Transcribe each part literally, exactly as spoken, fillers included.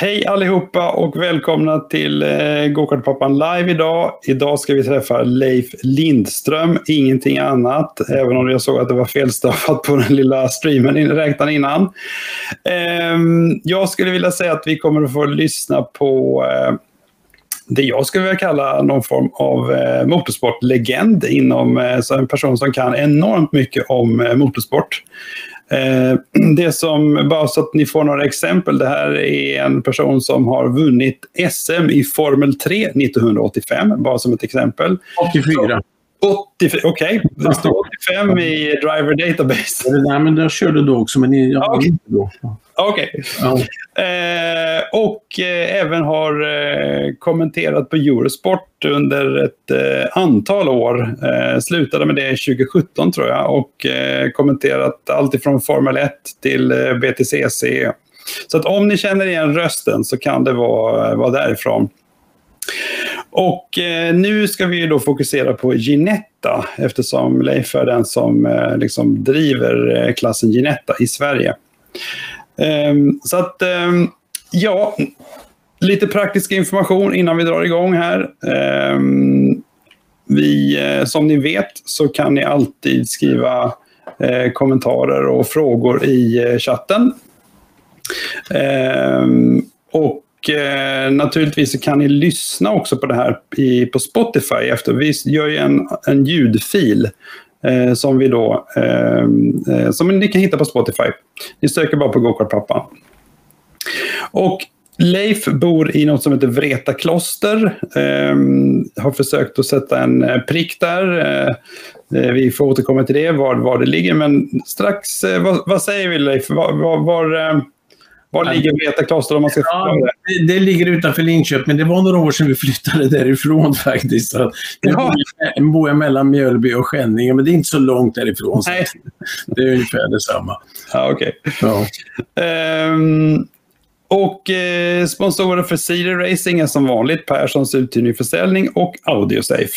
Hej allihopa och välkomna till eh, Go-Kart-pappan live idag. Idag ska vi träffa Leif Lindström, ingenting annat. Även om jag såg att det var felstavat på den lilla streamen in, räknan innan. Eh, jag skulle vilja säga att vi kommer att få lyssna på eh, det jag skulle vilja kalla någon form av eh, motorsportlegend inom eh, så en person som kan enormt mycket om eh, motorsport. Eh, det som, bara så att ni får några exempel, det här är en person som har vunnit S M i Formel tre nittonhundraåttiofem, bara som ett exempel. åttiofyra. åttiofyra, okej. Okay. Det står åttiofem i Driver Database. Nej, men jag körde då också, men jag ja, okay. inte då. Okej. Okay. Ja. Eh, och eh, även har eh, kommenterat på Eurosport under ett eh, antal år. Eh, slutade med det tjugosjutton tror jag. Och eh, kommenterat allt ifrån Formel ett till eh, B T C C. Så att om ni känner igen rösten så kan det vara, vara därifrån. Och eh, nu ska vi då fokusera på Ginetta, eftersom Leif är den som eh, liksom driver eh, klassen Ginetta i Sverige. Um, så att, um, ja, lite praktisk information innan vi drar igång här. Um, vi, uh, som ni vet så kan ni alltid skriva uh, kommentarer och frågor i uh, chatten. Um, och uh, naturligtvis så kan ni lyssna också på det här i, på Spotify efter. Vi gör ju en, en ljudfil Eh, som vi då eh, eh, som ni kan hitta på Spotify. Ni söker bara på Go-Kart-pappan. Och Leif bor i något som heter Vreta kloster. Eh, har försökt att sätta en prick där. Eh, vi får återkomma till det, var, var det ligger. Men strax, eh, vad, vad säger vi Leif? Var, var, var, eh, var ligger Vreta kloster om man ska ja, det? Det ligger utanför Linköping, men det var några år sedan vi flyttade därifrån faktiskt. Så ja. Jag bor jag mellan Mjölby och Skänninge, men det är inte så långt därifrån. Så det är ungefär detsamma. Ja, okej. Okay. Ja. Um, och eh, sponsorer för Cedar Racing är som vanligt Perssons uthyrningsförsäljning och Audiosafe.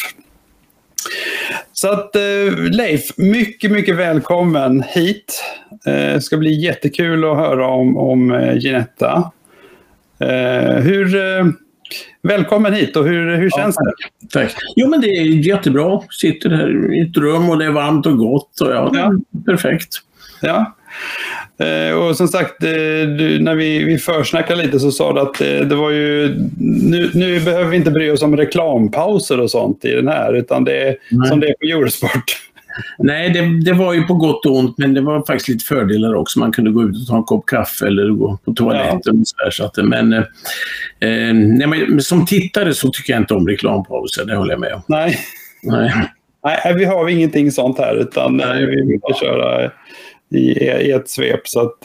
Så att eh, Leif, mycket mycket välkommen hit. Det eh, ska bli jättekul att höra om, om eh, Ginetta. Eh, hur, eh, välkommen hit och hur, hur känns ja, det? Tack. Jo men det är jättebra. Sitter här i ett rum och det är varmt och gott. Och ja, ja. Perfekt. Ja. Eh, och som sagt, eh, du, när vi, vi försnackade lite så sa du att eh, det var ju nu, nu behöver vi inte bry oss om reklampauser och sånt i den här, utan det är Nej. som det är på Eurosport. Nej, det, det var ju på gott och ont, men det var faktiskt lite fördelar också. Man kunde gå ut och ta en kopp kaffe eller gå på toaletten. Ja. Och så där, så att, men eh, nej, men som tittare så tycker jag inte om reklampauser, det håller jag med om. Nej, Nej. Nej vi har ingenting sånt här, utan Nej, vi vill köra i, i ett svep. Så att,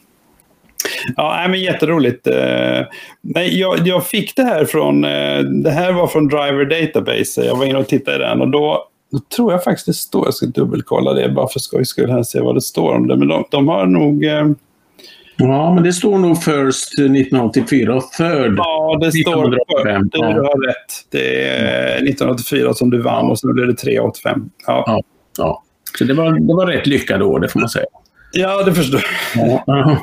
ja, men jätteroligt. Nej, jag, jag fick det här från, det här var från Driver Database. Jag var inne och tittade i den och då, då tror jag faktiskt det står, jag ska dubbelkolla det bara för skojs skull här, se vad det står om det. Men de, de har nog... Ja, men det står nog First nittonhundraåttiofyra och Third Ja, det står Third. Du har rätt. Det är nittonhundraåttiofyra som du vann och så blev det tre åttiofem. Ja. Ja, ja. Så det var, det var rätt lyckade år, det får man säga. Ja, det förstår jag. Ja.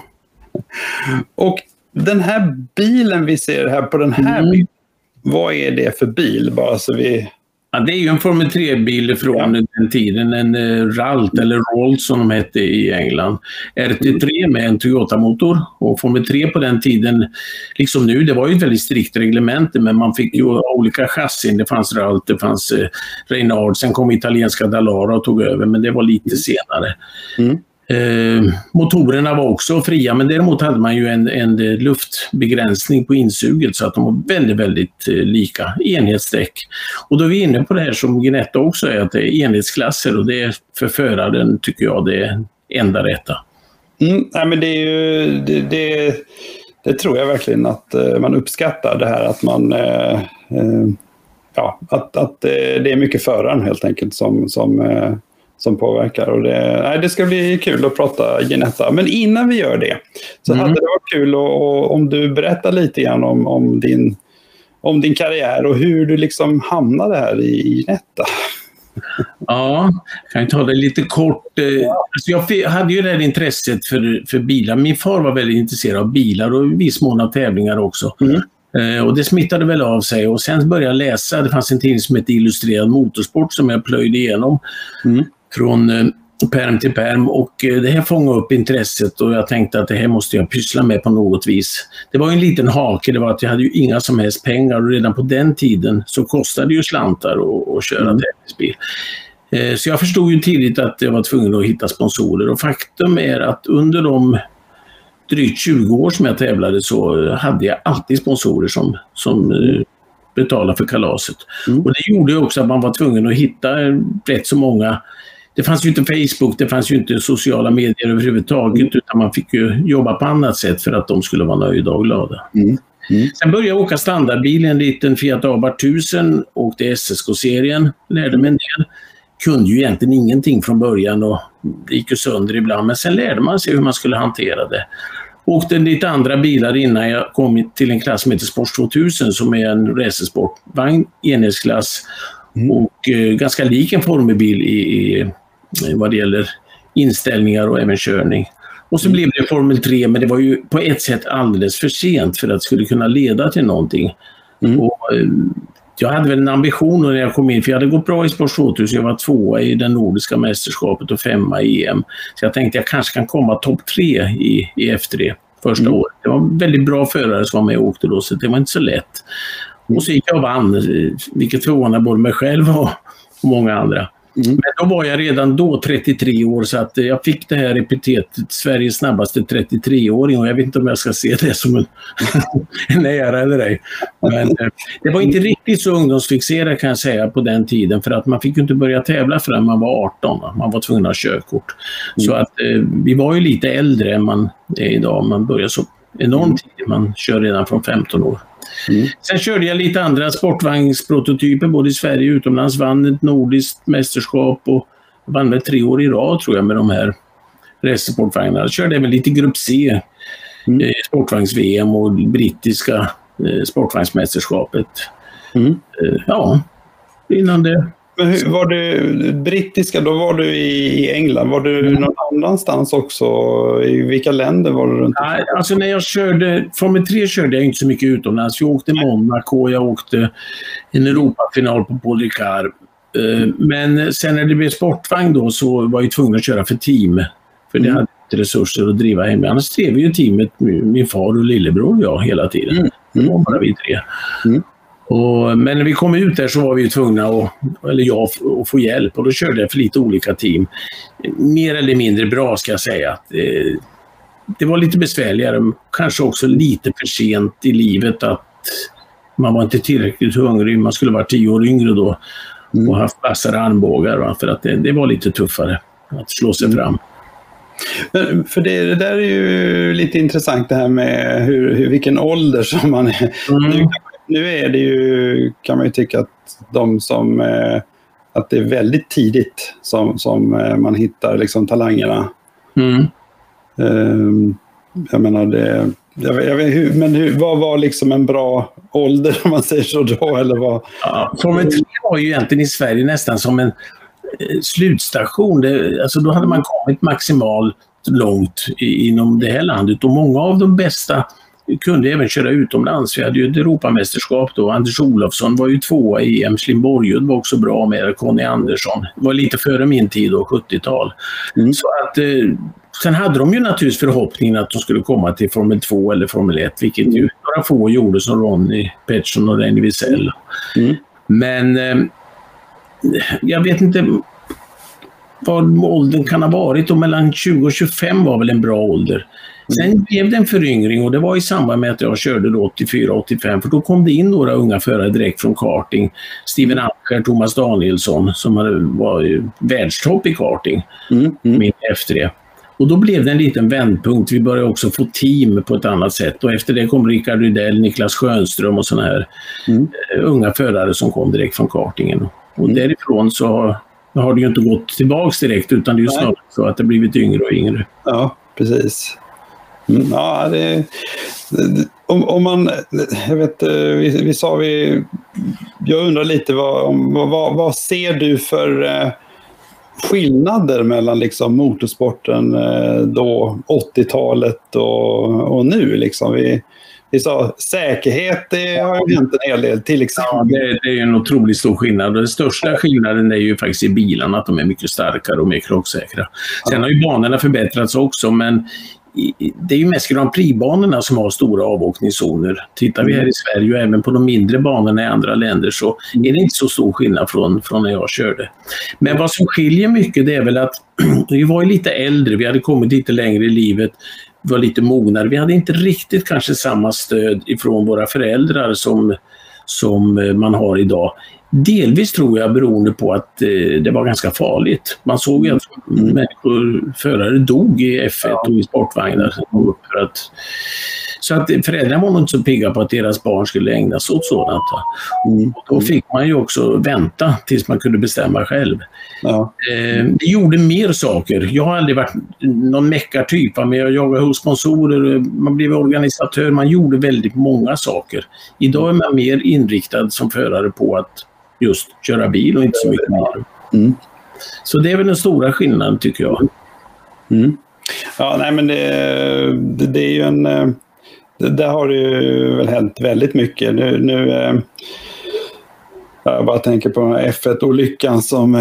Och den här bilen vi ser här på den här mm. bilen, vad är det för bil? Bara så vi... Ja, det är ju en Formel tre-bil från ja. den tiden, en uh, Ralt eller Rolls som de hette i England. R T tre med en Toyota-motor, och Formel tre på den tiden, liksom nu, det var ju ett väldigt strikt reglement, men man fick ju olika chassin. Det fanns Ralt, det fanns uh, Reynard, sen kom italienska Dallara och tog över, men det var lite senare. Mm. Eh, motorerna var också fria, men däremot hade man ju en, en luftbegränsning på insuget, så att de var väldigt, väldigt eh, lika enhetsdäck. Och då är vi inne på det här som Ginetta också är, att det är enhetsklasser, och det är för föraren, tycker jag, det är enda rätta. Mm, nej, men det är ju det, det, det tror jag verkligen att uh, man uppskattar, det här att man uh, uh, ja, att, att uh, det är mycket föraren helt enkelt som, som uh, som påverkar. Och det, nej, det ska bli kul att prata Ginetta. Men innan vi gör det så mm. hade det varit kul och, och, om du berättar lite grann om, om, din, om din karriär och hur du liksom hamnade här i Ginetta. Ja, kan jag ta det lite kort. Alltså jag hade ju det här intresset för, för bilar. Min far var väldigt intresserad av bilar och i viss mån av tävlingar också. Mm. Eh, och det smittade väl av sig. Och sen började jag läsa. Det fanns en tidning som hette Illustrerad motorsport som jag plöjde igenom. Mm. Från eh, perm till perm. Och eh, det här fångade upp intresset och jag tänkte att det här måste jag pyssla med på något vis. Det var en liten hake. Det var att jag hade ju inga som helst pengar. Och redan på den tiden så kostade det ju slantar att, att köra mm. tävlingsbil. Så jag förstod ju tidigt att jag var tvungen att hitta sponsorer och faktum är att under de drygt tjugo år som jag tävlade så hade jag alltid sponsorer som, som betalade för kalaset. Mm. Och det gjorde ju också att man var tvungen att hitta rätt så många. Det fanns ju inte Facebook, det fanns ju inte sociala medier överhuvudtaget mm. utan man fick ju jobba på annat sätt för att de skulle vara nöjda och glada. Mm. Mm. Sen började jag åka standardbil, en liten Fiat Abarth tusen, åkte S S K-serien, lärde mig en del. Kunde ju egentligen ingenting från början och det gick ju sönder ibland. Men sen lärde man sig hur man skulle hantera det. Åkte lite andra bilar innan jag kom till en klass som heter Sport tvåtusen som är en racersportvagn, enhetsklass mm. och eh, ganska lik en formelbil i, i vad det gäller inställningar och även körning. Och så mm. blev det Formel tre men det var ju på ett sätt alldeles för sent för att det skulle kunna leda till någonting. Mm. Och, eh, Jag hade väl en ambition när jag kom in, för jag hade gått bra i Sport tvåtusen, jag var tvåa i det nordiska mästerskapet och femma i E M. Så jag tänkte jag kanske kan komma topp tre i, i F tre första mm. året. Det var väldigt bra förare som var med och åkte då, så det var inte så lätt. Och så gick jag och vann, vilket förvånade både mig själv och många andra. Mm. Men då var jag redan då trettiotre år så att jag fick det här epitetet Sveriges snabbaste trettiotre-åring och jag vet inte om jag ska se det som en, en ära eller ej. Men det var inte riktigt så ungdomsfixerad kan jag säga på den tiden för att man fick ju inte börja tävla förrän man var arton. Man var tvungen att ha körkort. Mm. Så att eh, vi var ju lite äldre än man är idag. Man börjar så enormt tidigt. Man kör redan från femton år. Mm. Sen körde jag lite andra sportvagnsprototyper både i Sverige och utomlands, vann ett nordiskt mästerskap och vann väl tre år i rad tror jag med de här racersportvagnarna. Körde även lite grupp C, mm. eh, sportvagns-V M och brittiska eh, sportvagnsmästerskapet. Mm. Eh, ja, innan det. Men hur, var du brittiska, då var du i England. Var du mm. någon annanstans också? I vilka länder var du runt? Nej, alltså när jag körde, Formel tre körde jag inte så mycket utomlands. Jag åkte Monaco, jag åkte en Europafinal på Paul Ricard. Men sen när det blev sportvagn då så var jag tvungen att köra för team. För det mm. hade inte resurser att driva hem. Annars drev ju teamet min far och lillebror och jag hela tiden. Mm. Det var bara vi tre. Mm. Och, men när vi kom ut där så var vi tvungna att, eller jag, att få hjälp och då körde jag för lite olika team. Mer eller mindre bra ska jag säga. Det, det var lite besvärligare, kanske också lite för sent i livet att man var inte tillräckligt hungrig. Man skulle vara tio år yngre då och haft vassare armbågar va? För att det, det var lite tuffare att slå sig fram. Men för det, det där är ju lite intressant det här med hur, hur, vilken ålder som man är. Mm. Nu, nu är det ju, kan man ju tycka att de som eh, att det är väldigt tidigt som, som eh, man hittar liksom talangerna. Mm. Eh, jag menar det, jag, jag vet, hur, men hur, vad var liksom en bra ålder om man säger så då? Eller vad? Ja, Formel tre var ju egentligen i Sverige nästan som en slutstation. Det, alltså då hade man kommit maximalt långt i, inom det här landet och många av de bästa kunde även köra utomlands. Vi hade ju ett Europamästerskap då. Anders Olofsson var ju tvåa i E M. Slimborgud var också bra med Conny Andersson. Det var lite före min tid då, sjuttiotal. Mm. Så att, eh, sen hade de ju naturligtvis förhoppningen att de skulle komma till Formel två eller Formel ett, vilket ju några få gjorde som Ronnie Peterson och René Wiesel. Mm. Men eh, jag vet inte vad åldern kan ha varit och mellan tjugo och tjugofem var väl en bra ålder. Sen blev det en föryngring och det var i samband med att jag körde då åttiofyra åttiofem för då kom det in några unga förare direkt från karting. Steven Acher, Thomas Danielsson som var ju världstopp i karting mm. min F tre. Och då blev det en liten vändpunkt. Vi började också få team på ett annat sätt och efter det kom Rickard Rydell, Niklas Schönström och såna här mm. unga förare som kom direkt från kartingen. Och mm. därifrån så har, har det ju inte gått tillbaks direkt utan det är ju snarare så att det blivit yngre och yngre. Ja, precis. Mm, ja, det, det, om, om man, jag vet, vi, vi sa vi, jag undrar lite vad, vad, vad ser du för eh, skillnader mellan liksom motorsporten eh, då åttiotalet och, och nu liksom? Vi, vi sa säkerhet, det har ju hänt en hel del till exempel. Ja, det, det är en otroligt stor skillnad. Den största skillnaden är ju faktiskt i bilarna, att de är mycket starkare och mer krocksäkra. Sen har ju banorna förbättrats också, men det är ju mest Grand Prix-banorna som har stora avåkningszoner. Tittar vi här i Sverige och även på de mindre banorna i andra länder så är det inte så stor skillnad från, från när jag körde. Men vad som skiljer mycket, det är väl att vi var ju lite äldre, vi hade kommit lite längre i livet, var lite mognare. Vi hade inte riktigt kanske samma stöd ifrån våra föräldrar som, som man har idag. Delvis tror jag beroende på att eh, det var ganska farligt. Man såg ju att mm. människor, förare dog i F ett och i sportvagnar. För att, så att föräldrarna var nog inte så pigga på att deras barn skulle ägna sig åt sådant. Mm. Då fick man ju också vänta tills man kunde bestämma själv. Ja. Eh, det gjorde mer saker. Jag har aldrig varit någon meckartyp, men jag jobbade hos sponsorer, man blev organisatör, man gjorde väldigt många saker. Idag är man mer inriktad som förare på att just köra bil och inte så mycket mer. Mm. Så det är väl den stora skillnaden, tycker jag. Mm. Ja, nej men det, det, det är ju en... Det, där har det ju väl hänt väldigt mycket. Nu, nu jag bara tänker på F ett-olyckan som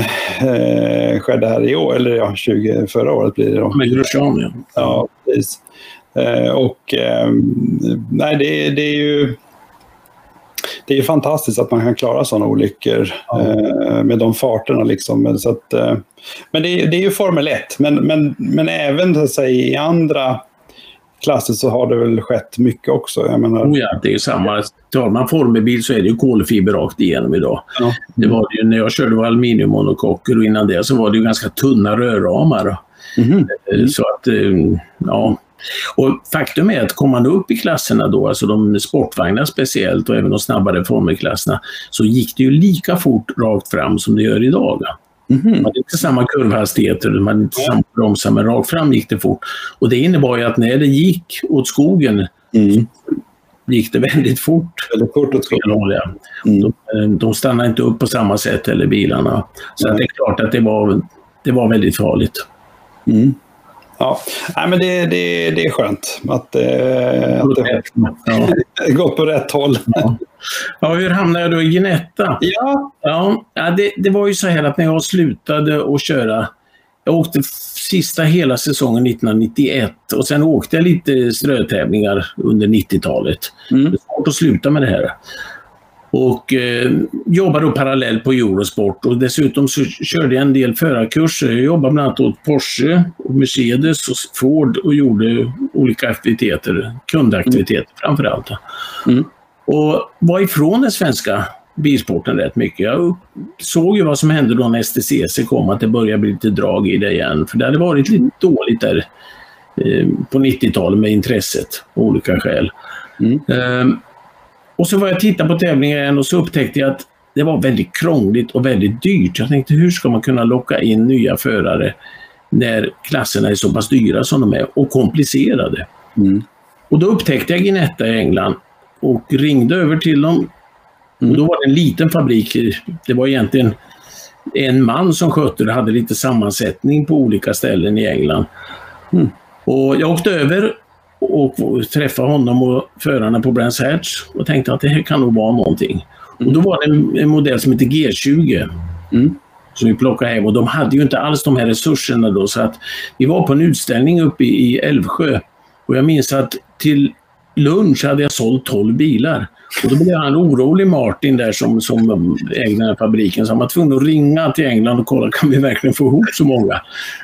eh, skedde här i år, eller ja, tjugo, förra året blir det då. Med Grosjean, ja. Ja, precis. Eh, och eh, nej, det, det är ju... Det är ju fantastiskt att man kan klara sådana olyckor ja. eh, med de farterna. Liksom. Så att, eh, men det är, det är ju Formel ett. Men, men, men även så att säga, i andra klasser så har det väl skett mycket också. Jag menar... oh ja, det är ju samma. Tar man formelbil så är det ju kolfiber rakt igenom idag. Ja. Det var det ju, när jag körde var aluminiummonokocker och innan det så var det ju ganska tunna rörramar. Mm. Mm. Så att, ja... Och faktum är att kommer man upp i klasserna då, alltså de sportvagnar speciellt och även de snabbare formelklasserna, så gick det ju lika fort rakt fram som det gör idag. Mm. Man hade inte samma kurvhastigheter, man hade inte samma bromsar, men rakt fram gick det fort. Och det innebar ju att när det gick åt skogen mm. gick det väldigt fort. Väldigt fort åt skogen. Mm. De, de stannade inte upp på samma sätt, eller bilarna. Så mm. att det är klart att det var, det var väldigt farligt. Mm. Ja, nej, men det, det, det är skönt att, eh, att det har gått på rätt håll. Ja. Ja, hur hamnade jag då i Ginetta? Ja, ja det, det var ju så här att när jag slutade att köra, jag åkte sista hela säsongen nittonhundranittioett och sen åkte jag lite strötävlingar under nittiotalet. Mm. Det är svårt att sluta med det här. Och eh, jobbade då parallellt på Eurosport och dessutom så körde jag en del förarkurser. Jag jobbade bland annat åt Porsche och Mercedes och Ford och gjorde olika aktiviteter, kundaktiviteter mm. framförallt. Mm. Och var ifrån den svenska bilsporten rätt mycket. Jag såg ju vad som hände då när S T C C kom, att det började bli lite drag i det igen. För det hade varit lite dåligt där eh, på nittiotalet med intresset av olika skäl. Mm. Eh, Och så var jag titta på tävlingar igen och så upptäckte jag att det var väldigt krångligt och väldigt dyrt. Jag tänkte, hur ska man kunna locka in nya förare när klasserna är så pass dyra som de är och komplicerade? Mm. Och då upptäckte jag Ginetta i England och ringde över till dem. Mm. Och då var det en liten fabrik. Det var egentligen en man som skötte det, hade lite sammansättning på olika ställen i England. Mm. Och jag åkte över och träffade honom och förarna på Brands Hatch och tänkte att det här kan nog vara någonting. Mm. Och då var det en, en modell som heter G tjugo mm. som vi plockade hem, och de hade ju inte alls de här resurserna då, så att vi var på en utställning uppe i, i Älvsjö och jag minns att till lunch hade jag sålt tolv bilar. Och då blev han orolig, Martin där som, som ägde den här fabriken, så han var tvungen att ringa till England och kolla, kan vi verkligen få ihop så många?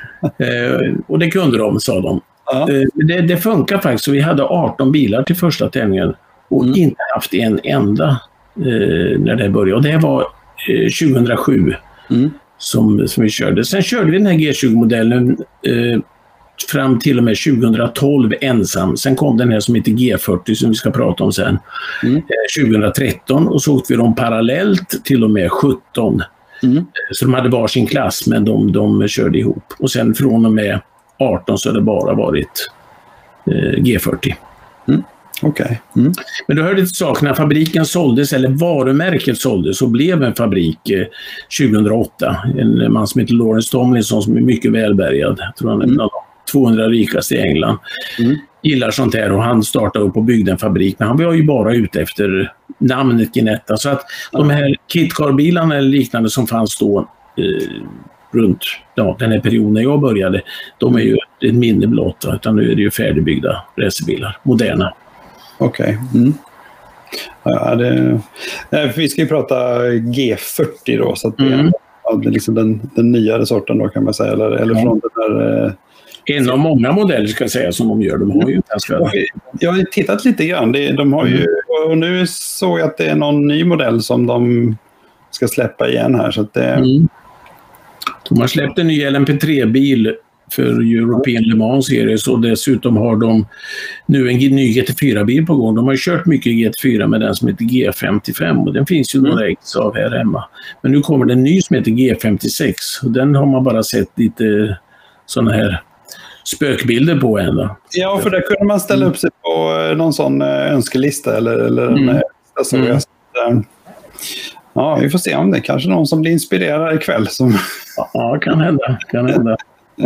eh, och det kunde de, sa de. Ja. Det, det funkar faktiskt, så vi hade arton bilar till första tävlingen och mm. inte haft en enda eh, när det började. Och det var eh, tjugohundrasju mm. som, som vi körde. Sen körde vi den här G tjugo-modellen eh, fram till och med tjugohundratolv ensam. Sen kom den här som heter G fyrtio som vi ska prata om sen. Mm. Eh, tjugohundratretton, och så åkte vi dem parallellt till och med sjutton. Mm. Så de hade varsin klass, men de, de körde ihop. Och sen från och med arton så har det bara varit eh, G fyrtio. Mm. Okay. Mm. Men du hörde till saken, när fabriken såldes, eller varumärket såldes, så blev en fabrik eh, tjugohundraåtta. En man som heter Lawrence Tomlinson som är mycket välbärgad. Jag tror han är mm. en av de tvåhundra rikaste i England. Mm. Gillar sånt här och han startade upp och byggde en fabrik. Men han var ju bara ute efter namnet Ginetta. Så att mm. de här kitcarbilarna eller liknande som fanns då eh, runt ja, den här perioden när jag började, de är ju ett minne blott, utan nu är det ju färdigbyggda racerbilar, moderna. Okej. Okay. Mm. Ja, det, vi ska ju prata G fyrtio då, så att det mm. är liksom den, den nyare sorten då kan man säga, eller, eller från den där... Eh, en av många modeller ska jag säga som de gör, de har ju ganska... Jag har tittat lite grann, de har ju, och nu såg jag att det är någon ny modell som de ska släppa igen här, så att det... Mm. De har släppt en ny L M P tre-bil för European Le Mans Series och dessutom har de nu en ny G T fyra-bil på gång. De har ju kört mycket G T fyra med den som heter G femtiofem och den finns ju mm. några ex av här hemma. Men nu kommer det en ny som heter G femtiosex och den har man bara sett lite sådana här spökbilder på än. Ja, för där kunde man ställa upp sig på någon sån önskelista eller, eller mm. en lista. Mm. Ja, vi får se om det kanske någon som blir inspirerad ikväll. Som... Ja, kan hända. Kan hända.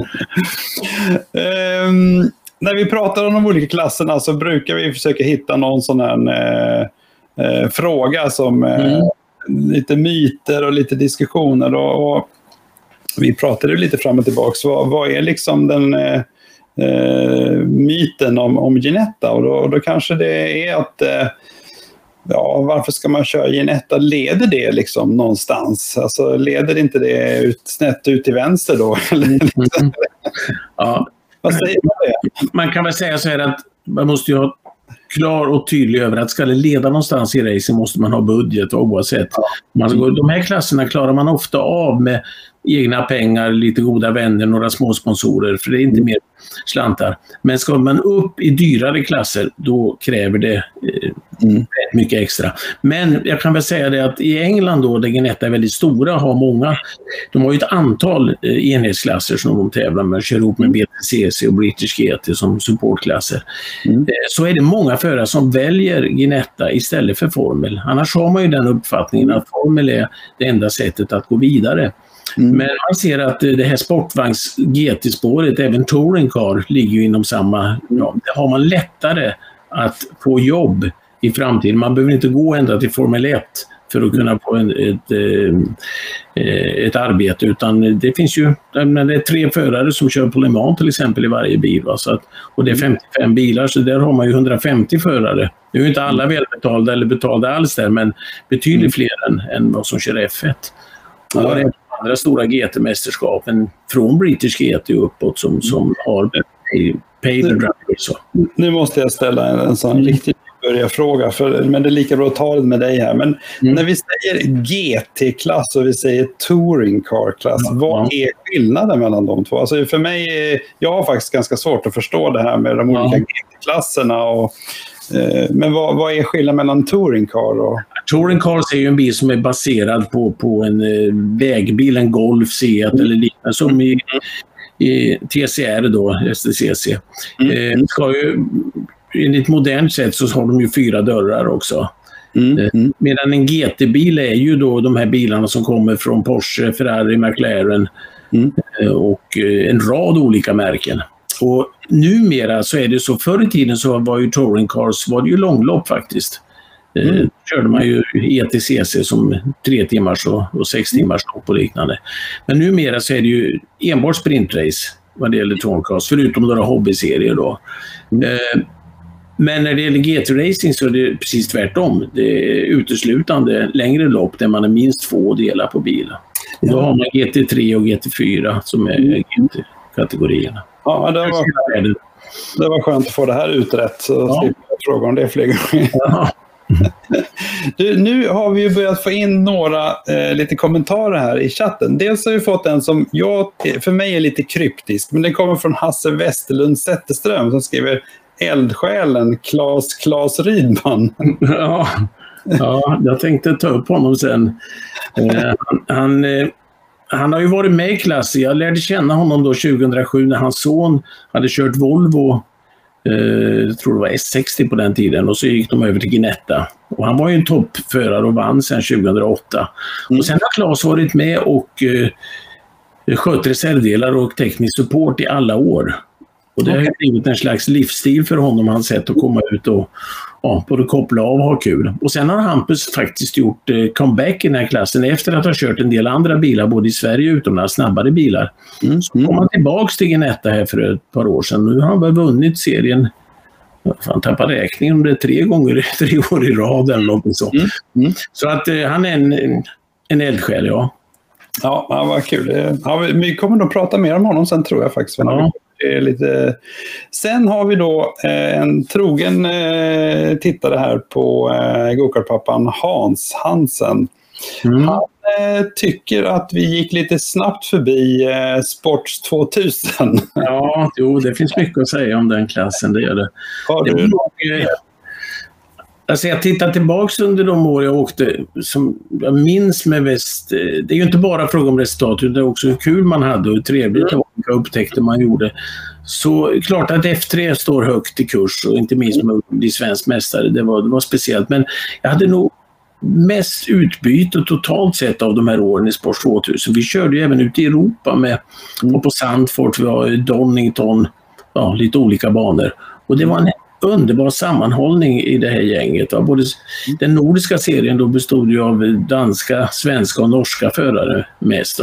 um, när vi pratar om de olika klasserna så brukar vi försöka hitta någon sån här eh, eh, fråga som eh, mm. lite myter och lite diskussioner. Och, och vi pratade lite fram och tillbaka. Vad, vad är liksom den eh, eh, myten om, om Ginetta? Och då, och då kanske det är att eh, ja, varför ska man köra Ginetta? Leder det liksom någonstans? Alltså leder inte det ut, snett ut till vänster då? Mm. Ja. Vad säger man det? Man kan väl säga så här att man måste ju ha klar och tydlig över att ska det leda någonstans i racing måste man ha budget oavsett. Man ska, de här klasserna klarar man ofta av med egna pengar, lite goda vänner, några små sponsorer, för det är inte mer slantar. Men ska man upp i dyrare klasser, då kräver det eh, mm. mycket extra. Men jag kan väl säga det att i England då, där Ginetta är väldigt stora, har många, de har ju ett antal eh, enhetsklasser som de tävlar med, kör ihop med B T C C och British G T som supportklasser. Mm. Eh, så är det många förare som väljer Ginetta istället för Formel. Annars har man ju den uppfattningen att Formel är det enda sättet att gå vidare. Mm. Men man ser att det här sportvagns G T-spåret, även touring car, ligger ju inom samma... Ja, det har man lättare att få jobb i framtiden. Man behöver inte gå ända till Formel ett för att kunna få en, ett, ett arbete, utan det finns ju det är tre förare som kör på Le Mans till exempel i varje bil. Va? Så att, och det är femtiofem bilar, så där har man ju hundrafemtio förare. Nu är ju inte alla välbetalda eller betalda alls där, men betydligt fler än, än vad som kör F ett. Och det är andra stora G T-mästerskapen från British G T uppåt som, som har paid drivers. Nu måste jag ställa en, en sån mm. riktigt börjarfråga, för, men det är lika bra att ta det med dig här. Men mm. när vi säger G T-klass och vi säger touring car-klass, ja, vad ja. är skillnaden mellan de två? Alltså för mig, jag har faktiskt ganska svårt att förstå det här med de olika ja. G T-klasserna och men vad, vad är skillnaden mellan touring car och... Touring cars är ju en bil som är baserad på, på en eh, vägbil, en Golf, Seat mm. eller liknande, som i, i T C R då, S T C C. Mm. Eh, ska ju, enligt modernt sätt så har de ju fyra dörrar också. Mm. Eh, medan en G T-bil är ju då de här bilarna som kommer från Porsche, Ferrari, McLaren mm. eh, och eh, en rad olika märken. Och numera så är det så, förr i tiden så var ju touring cars var det ju långlopp faktiskt. Mm. Eh, körde man ju E T C C som tre timmars och, och sex timmars lopp och liknande. Men numera så är det ju enbart sprintrace vad det gäller touring cars, förutom några hobbyserier då. Mm. Eh, men när det gäller G T-racing så är det precis tvärtom. Det är uteslutande längre lopp där man är minst två delar på bilen. Mm. Då har man G T tre och G T fyra som är mm. G T-kategorierna. Ja, det var, det var skönt att få det här utrett, så ja. slipper jag fråga om det fler gånger. Ja. Du, nu har vi ju börjat få in några eh, lite kommentarer här i chatten. Dels har vi fått en som jag, för mig är lite kryptisk, men den kommer från Hasse Westerlund Zetterström som skriver eldsjälen Claes Claes Rydman. Ja, ja, jag tänkte ta upp honom sen. Eh, han... han eh, Han har ju varit med i klassen. Jag lärde känna honom då tjugohundrasju när hans son hade kört Volvo Jag tror det var S sextio på den tiden, och så gick de över till Ginetta. Och han var ju en toppförare och vann sedan tjugohundraåtta. Mm. Och sen har Claes varit med och uh, skött reservdelar och teknisk support i alla år. Och det okay. har blivit en slags livsstil för honom, hans sätt att komma ut och ja, både koppla av och ha kul. Och sen har Hampus faktiskt gjort uh, comeback i den här klassen efter att ha kört en del andra bilar både i Sverige och utomlands, snabbare bilar. Mm. Så kom han tillbaka till Ginetta här för ett par år sedan. Nu har han väl vunnit serien, han tappade räkningen om det är tre gånger, tre år i rad eller något så. Mm. Mm. Så att uh, han är en, en eldsjäl, ja. Ja, vad kul. Ja, vi kommer nog prata mer om honom sen, tror jag faktiskt. Ja. Det är lite... Sen har vi då eh, en trogen eh, tittare här på eh, gokartpappan Hans Hansen. Mm. Han eh, tycker att vi gick lite snabbt förbi eh, Sports tvåtusen. Ja, jo, det finns mycket att säga om den klassen, det gör det. Har du... det nog, eh, alltså jag tittar tillbaka under de år jag åkte, som jag minns med väst. Det är ju inte bara fråga om resultat, utan det är också hur kul man hade och hur trevligt det var, vilka upptäckter man gjorde. Så klart att F tre står högt i kurs, och inte minst med att bli svensk mästare, det var, det var speciellt. Men jag hade nog mest utbyte totalt sett av de här åren i Sport tvåtusen. Vi körde ju även ute i Europa med, och på Sandford, vi har Donington, ja, lite olika banor. Och det var en underbar sammanhållning i det här gänget. Både den nordiska serien då bestod ju av danska, svenska och norska förare mest.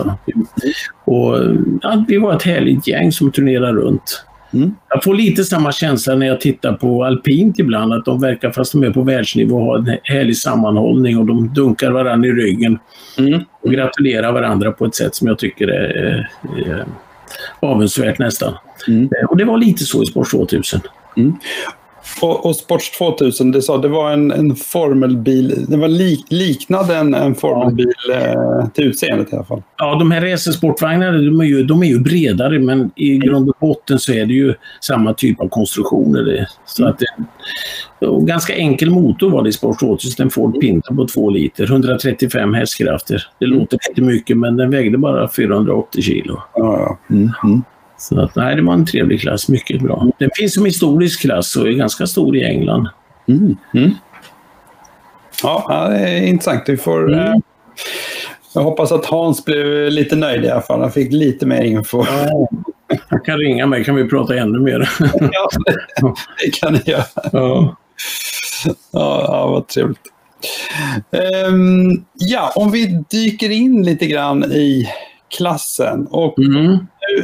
Och ja, vi var ett härligt gäng som turnerade runt. Mm. Jag får lite samma känsla när jag tittar på alpint ibland, att de verkar, fast de är på världsnivå, ha en härlig sammanhållning och de dunkar varandra i ryggen mm. och gratulerar varandra på ett sätt som jag tycker är, är avundsvärt nästan. Mm. Och det var lite så i Sport tvåtusen. Mm. Och, och Sports tvåtusen, det sa det var en, en formelbil, det var lik, liknade en, en formelbil eh, till utseendet i alla fall. Ja, de här racersportvagnarna, de är ju, de är ju bredare, men i grund och botten så är det ju samma typ av konstruktioner. Det. Så mm. att det, och ganska enkel motor var det i Sport tvåtusen, en Ford Pinto på två liter, etthundratrettiofem hästkrafter. Det låter inte mycket, men den vägde bara fyrahundraåttio kilo. Ja, ja. Mm. Mm. Så att, nej, det var en trevlig klass, mycket bra. Den finns som historisk klass och är ganska stor i England. Mm. Mm. Ja, det är intressant. Vi får, mm. eh, jag hoppas att Hans blev lite nöjd i alla fall. Han fick lite mer info. Ja, han kan ringa mig, kan vi prata ännu mer. Ja, det, det kan ni göra. Ja. Ja, ja, vad trevligt. Um, ja, om vi dyker in lite grann i klassen och mm. nu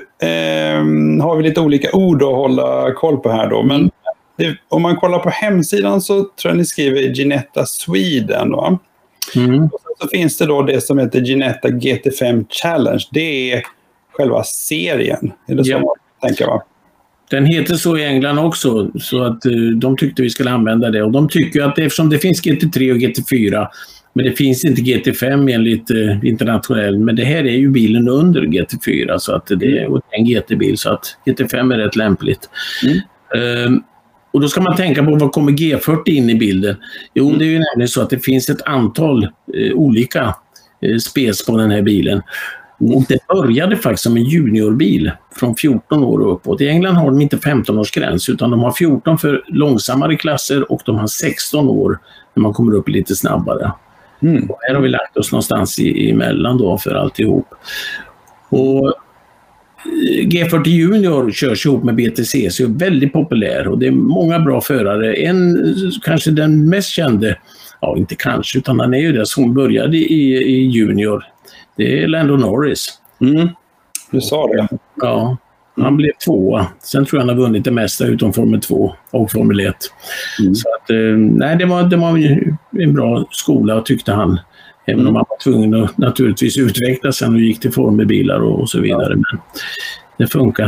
eh, har vi lite olika ord att hålla koll på här då, men det, om man kollar på hemsidan så tror jag ni skriver Ginetta Sweden, va? Mm. Och så, så finns det då det som heter Ginetta G T fem Challenge, det är själva serien, är det så ja. man tänker, va? Den heter så i England också, så att uh, de tyckte vi skulle använda det, och de tycker att eftersom det finns G T tre och G T fyra, men det finns inte G T fem enligt uh, internationell, men det här är ju bilen under G T fyra, så att det är en G T-bil, så att G T fem är rätt lämpligt. Mm. Uh, och då ska man tänka på vad kommer G fyrtio in i bilden? Jo, mm. det är ju nämligen så att det finns ett antal uh, olika uh, spec på den här bilen. Och det började faktiskt som en juniorbil från fjorton år och uppåt. I England har de inte femton-årsgräns, utan de har fjorton för långsammare klasser och de har sexton år när man kommer upp lite snabbare. Mm. Och här har vi lagt oss någonstans i, emellan då för alltihop. Och G fyrtio Junior körs ihop med B T C, så är väldigt populär och det är många bra förare. En, kanske den mest kände, ja inte kanske, utan han är ju det som började i, i Junior. Det är Lando Norris. Mm. Du sa det. Ja, han blev tvåa. Sen tror jag han har vunnit det mesta utom Formel två och Formel ett. Mm. Så att, nej, det var, det var en bra skola, tyckte han. Även mm. om han var tvungen att naturligtvis utveckla sen och gick till formelbilar och, och så vidare. Ja. Men det funkar.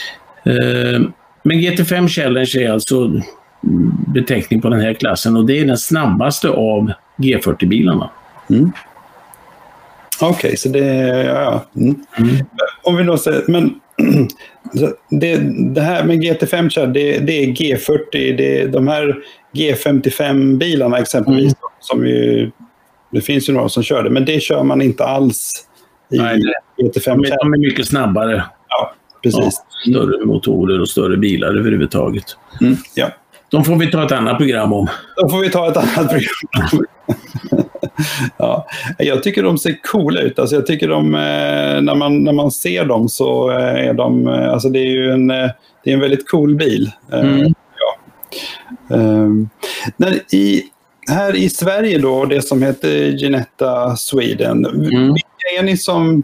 Men G T fem Challenge är alltså beteckning på den här klassen, och det är den snabbaste av G fyrtio-bilarna. Mm. Okej, okay, så det är... Ja, mm. Mm. Om vi då säger... Men det, det här med G T fem, det, det är G fyrtio, det är de här G femtiofem-bilarna exempelvis, mm. som ju... Det finns ju några som kör det, men det kör man inte alls i. Nej, G T fem. De är mycket snabbare. Ja, precis. Ja, större motorer och större bilar överhuvudtaget. Mm, ja. De får vi ta ett annat program om. Då får vi ta ett annat program. Ja, jag tycker de ser coola ut. Alltså jag tycker de, när man, när man ser dem så är de, alltså det är ju en, det är en väldigt cool bil. Mm. Ja. Um, när i, här i Sverige då, det som heter Ginetta Sweden, mm. vilka är ni som,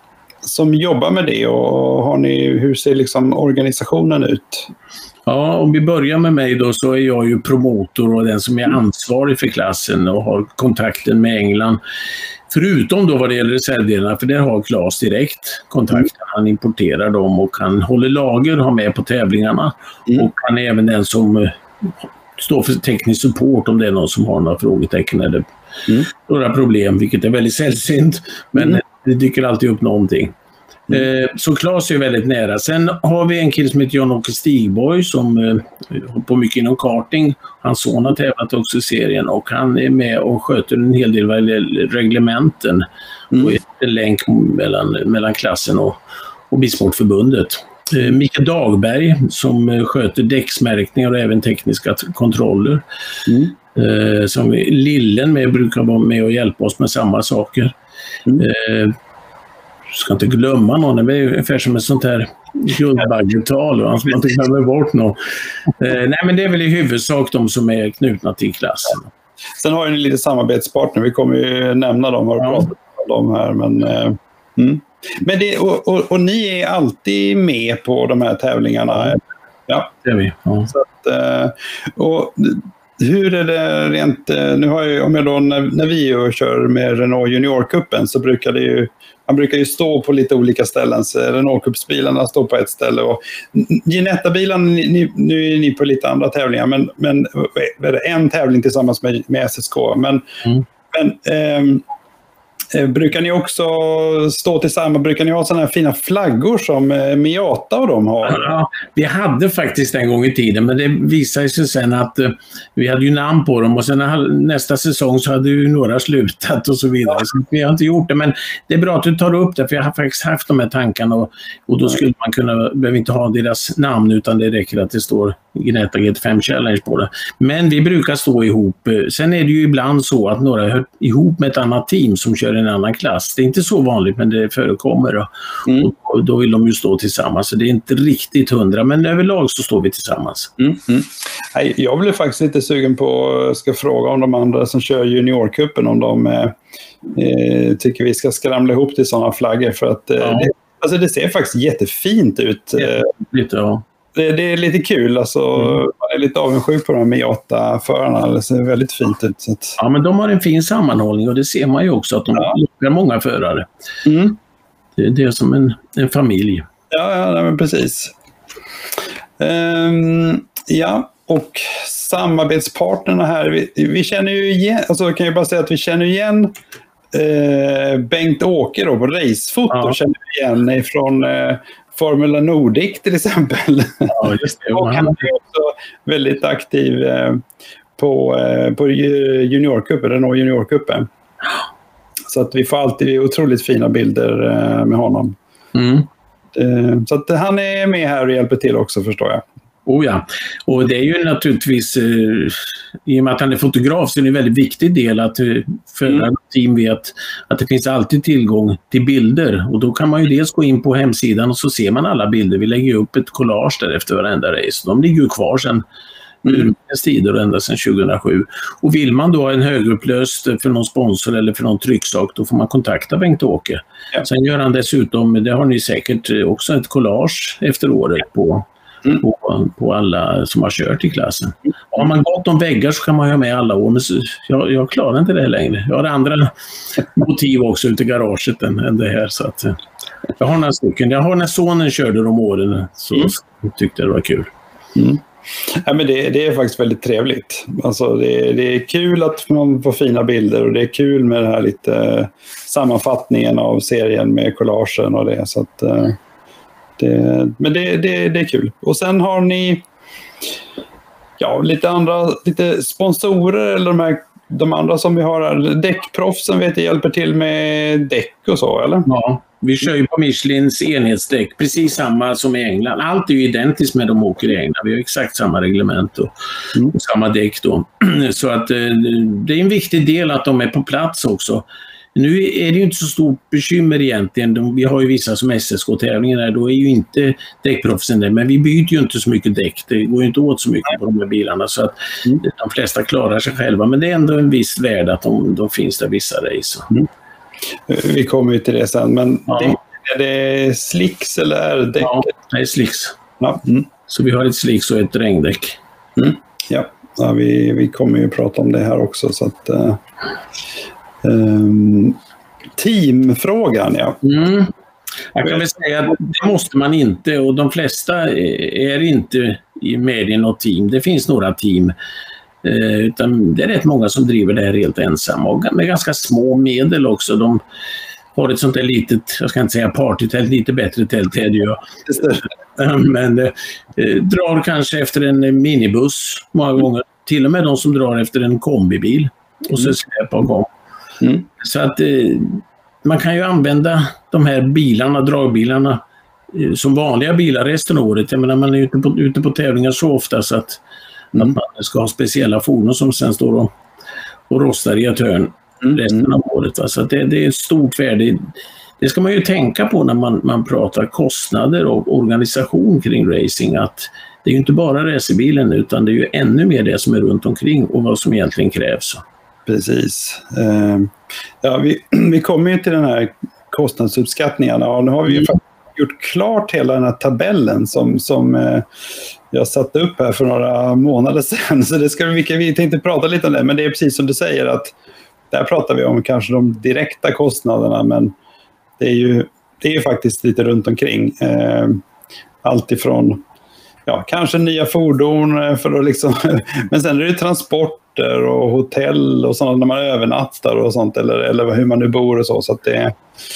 som jobbar med det och har ni, hur ser liksom organisationen ut? Ja, om vi börjar med mig då så är jag ju promotor och den som är ansvarig för klassen och har kontakten med England. Förutom då vad det gäller reservdelarna, för där har Claes direkt kontakt. Han importerar dem och han håller lager, har med på tävlingarna. Mm. Och han är även den som står för teknisk support om det är någon som har några frågetecken eller mm. några problem, vilket är väldigt sällsynt. Men mm. det dyker alltid upp någonting. Mm. Så Claes är väldigt nära. Sen har vi en kille som heter Jan-Åke Stigborg som eh, håller på mycket inom karting. Hans son har tävlat också i serien och han är med och sköter en hel del reglementen mm. och är en länk mellan, mellan klassen och, och Bilsportförbundet. Eh, Mikael Dagberg som sköter däcksmärkningar och även tekniska kontroller. Mm. Eh, som Lillen med brukar vara med och hjälpa oss med samma saker. Mm. Eh, ska inte glömma någon, det är ungefär som ett sånt här guldbaggetal, va? Så man inte glömmer bort någon. Eh, nej men det är väl i huvudsak de som är knutna till klassen. Sen har ni lite samarbetspartner, vi kommer ju nämna dem och ja. prata om dem här. Men, eh, mm. men det, och, och, och ni är alltid med på de här tävlingarna? Ja, ja. Det är vi. Ja. Så att, eh, och hur är det rent, nu har jag, om jag då, när, när vi kör med Renault Junior-cupen så brukar det ju, man brukar ju stå på lite olika ställen. Så Renault-cupsbilarna står på ett ställe och Ginetta-bilarna, nu är ni på lite andra tävlingar, men, men är det en tävling tillsammans med, med S S K. Men, mm. men ehm, brukar ni också stå tillsammans, brukar ni ha sådana här fina flaggor som Miata och de har? Ja, vi hade faktiskt en gång i tiden, men det visade sig sen att uh, vi hade ju namn på dem och sen nästa säsong så hade ju några slutat och så vidare. Ja. Så vi har inte gjort det, men det är bra att du tar upp det, för jag har faktiskt haft de här tankarna och, och då skulle man kunna, behöver inte ha deras namn utan det räcker att det står Ginetta G T fem Challenge på det. Men vi brukar stå ihop. Sen är det ju ibland så att några hör ihop med ett annat team som kör en annan klass. Det är inte så vanligt, men det förekommer. Då. Mm. Och då vill de ju stå tillsammans. Så det är inte riktigt hundra, men överlag så står vi tillsammans. Mm. Mm. Nej, jag blev faktiskt lite sugen på, ska fråga om de andra som kör juniorcupen, om de eh, tycker vi ska skramla ihop till sådana flaggor. För att eh, ja. det, alltså det ser faktiskt jättefint ut. Eh, lite, ja. Det, det är lite kul, alltså, mm. man är lite avundsjuk på de här Miata-förarna, det ser väldigt fint ut. Så att... Ja, men de har en fin sammanhållning och det ser man ju också att de ja. lockar många förare. Mm. Det, det är som en, en familj. Ja, ja nej, men precis. Um, ja, och samarbetspartnerna här, vi, vi känner ju igen, alltså kan jag bara säga att vi känner igen eh, Bengt-Åke då på Racefoto, ja. känner vi igen ifrån eh, Formula Nordic till exempel. Ja, just det. Och han är också väldigt aktiv eh, på, eh, på juniorcupen, Renault juniorcupen. Så att vi får alltid otroligt fina bilder eh, med honom. Mm. Eh, så att han är med här och hjälper till också, förstår jag. Oh ja, och det är ju naturligtvis, eh, i och med att han är fotograf så är det en väldigt viktig del att eh, förare och team vet att det finns alltid tillgång till bilder. Och då kan man ju dels gå in på hemsidan och så ser man alla bilder. Vi lägger upp ett collage där efter varenda race. De ligger ju kvar sedan mm. tider och ända sedan tjugohundrasju. Och vill man då ha en högupplöst för någon sponsor eller för någon trycksak, då får man kontakta Bengt-Åke. Ja. Sen gör han dessutom, det har ni säkert också, ett collage efter året på Mm. På, på alla som har kört i klassen. Har man gått om väggar så kan man ha med alla år, men så, jag, jag klarar inte det längre. Jag har andra motiv också ute i garaget än, än det här. Så att, jag har några stycken. Jag har när sonen körde de åren så mm. tyckte jag det var kul. Mm. Ja, men det, det är faktiskt väldigt trevligt. Alltså det, det är kul att man får fina bilder och det är kul med det här lite sammanfattningen av serien med collagen och det. Så att... Det, men det, det, det är kul. Och sen har ni ja, lite andra lite sponsorer eller de, här, de andra som vi har här. Däckproffsen vet jag hjälper till med däck och så, eller? Ja, Vi kör ju på Michelins enhetsdäck, precis samma som i England. Allt är ju identiskt med de åker i England. Vi har exakt samma reglement och, mm. och samma däck då. Så att det är en viktig del att de är på plats också. Nu är det ju inte så stort bekymmer egentligen. Vi har ju vissa som S S K-tävlingar här, då är ju inte däckproffsen där. Men vi byter ju inte så mycket däck. Det går ju inte åt så mycket på de här bilarna. Så att mm. de flesta klarar sig själva. Men det är ändå en viss värde att de, de finns där vissa race. Mm. Vi kommer ju till det sen. Men ja. däck, är det slicks eller är det däck? Ja, det är slicks. Ja. Mm. Så vi har ett slicks och ett regndäck. Mm. Ja, ja vi, vi kommer ju prata om det här också. Så att... Uh... Um, teamfrågan, ja. Mm. Jag kan väl säga att det måste man inte, och de flesta är inte med i något team. Det finns några team, eh, utan det är rätt många som driver det här helt ensamma och med ganska små medel också. De har ett sånt där litet, jag ska inte säga partytält, lite bättre tält är det ju. Men eh, drar kanske efter en minibuss många gånger, till och med de som drar efter en kombibil och så släpar igång. Mm. Så att eh, man kan ju använda de här bilarna, dragbilarna eh, som vanliga bilar resten av året. Jag menar, man är ute på, ute på tävlingar så ofta så att, mm. att man ska ha speciella fordon som sen står och, och rostar i ett hörn mm. resten av året. Va? Så att det, det är ett stort värde. Det ska man ju tänka på när man, man pratar kostnader och organisation kring racing, att det är ju inte bara racerbilen utan det är ju ännu mer det som är runt omkring och vad som egentligen krävs. Precis. Uh, ja, vi, vi kommer ju till den här kostnadsuppskattningarna och nu har vi ju mm. gjort klart hela den här tabellen som, som uh, jag satte upp här för några månader sedan. Så det ska vi, vi tänkte prata lite om det, men det är precis som du säger att där pratar vi om kanske de direkta kostnaderna, men det är ju, det är ju faktiskt lite runt omkring. Uh, allt ifrån ja, kanske nya fordon för att liksom, men sen är det transporter och hotell och sånt när man övernattar och sånt, eller, eller hur man nu bor och så. Så att det,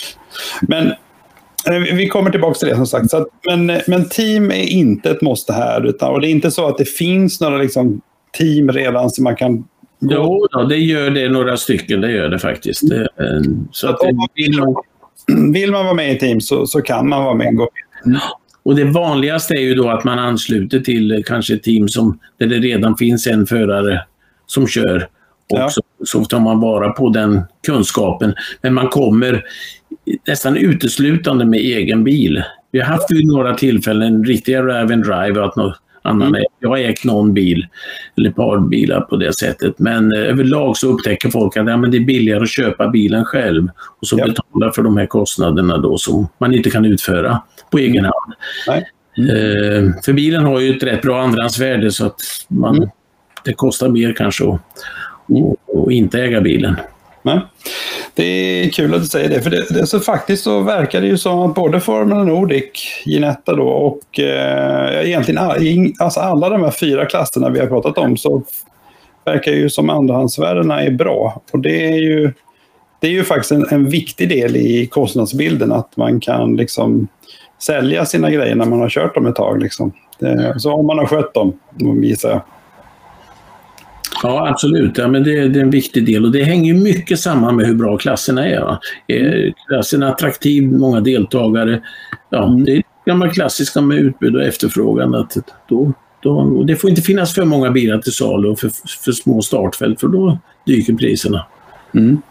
men vi kommer tillbaka till det som sagt. Så att, men, men team är inte ett måste här, utan, och det är inte så att det finns några liksom, team redan som man kan gå. Jo, då, det gör det några stycken, det gör det faktiskt. Det, så att det, vill, man, vill man vara med i team så, så kan man vara med och gå med. Och det vanligaste är ju då att man ansluter till kanske ett team som, där det redan finns en förare som kör. Och ja. så, så tar man vara på den kunskapen. Men man kommer nästan uteslutande med egen bil. Vi har haft vid några tillfällen riktiga drive and drive. Att någon annan mm. är, jag har ägt någon bil eller ett par bilar på det sättet. Men eh, överlag så upptäcker folk att ja, men det är billigare att köpa bilen själv. Och så ja. betala för de här kostnaderna då som man inte kan utföra på egen hand. Nej. Mm. Eh, för bilen har ju ett rätt bra andrahandsvärde så att man, mm. det kostar mer kanske att och, och inte äga bilen. Nej. Det är kul att du säger det, för det, det, så faktiskt så verkar det ju som att både Formula Nordic, Ginetta då och eh, egentligen all, alltså alla de här fyra klasserna vi har pratat om, så verkar ju som andrahandsvärdena är bra. Och det är ju, det är ju faktiskt en, en viktig del i kostnadsbilden att man kan liksom sälja sina grejer när man har kört dem ett tag. Liksom. Det, så om man har skött dem, visar jag. Ja, absolut. Ja, men det, det är en viktig del och det hänger ju mycket samman med hur bra klasserna är. Va? Är klassen attraktiv, många deltagare. Ja, mm. Det är gamla klassiska med utbud och efterfrågan. Att då, då, det får inte finnas för många bilar till salu och för, för små startfält, för då dyker priserna. Mm.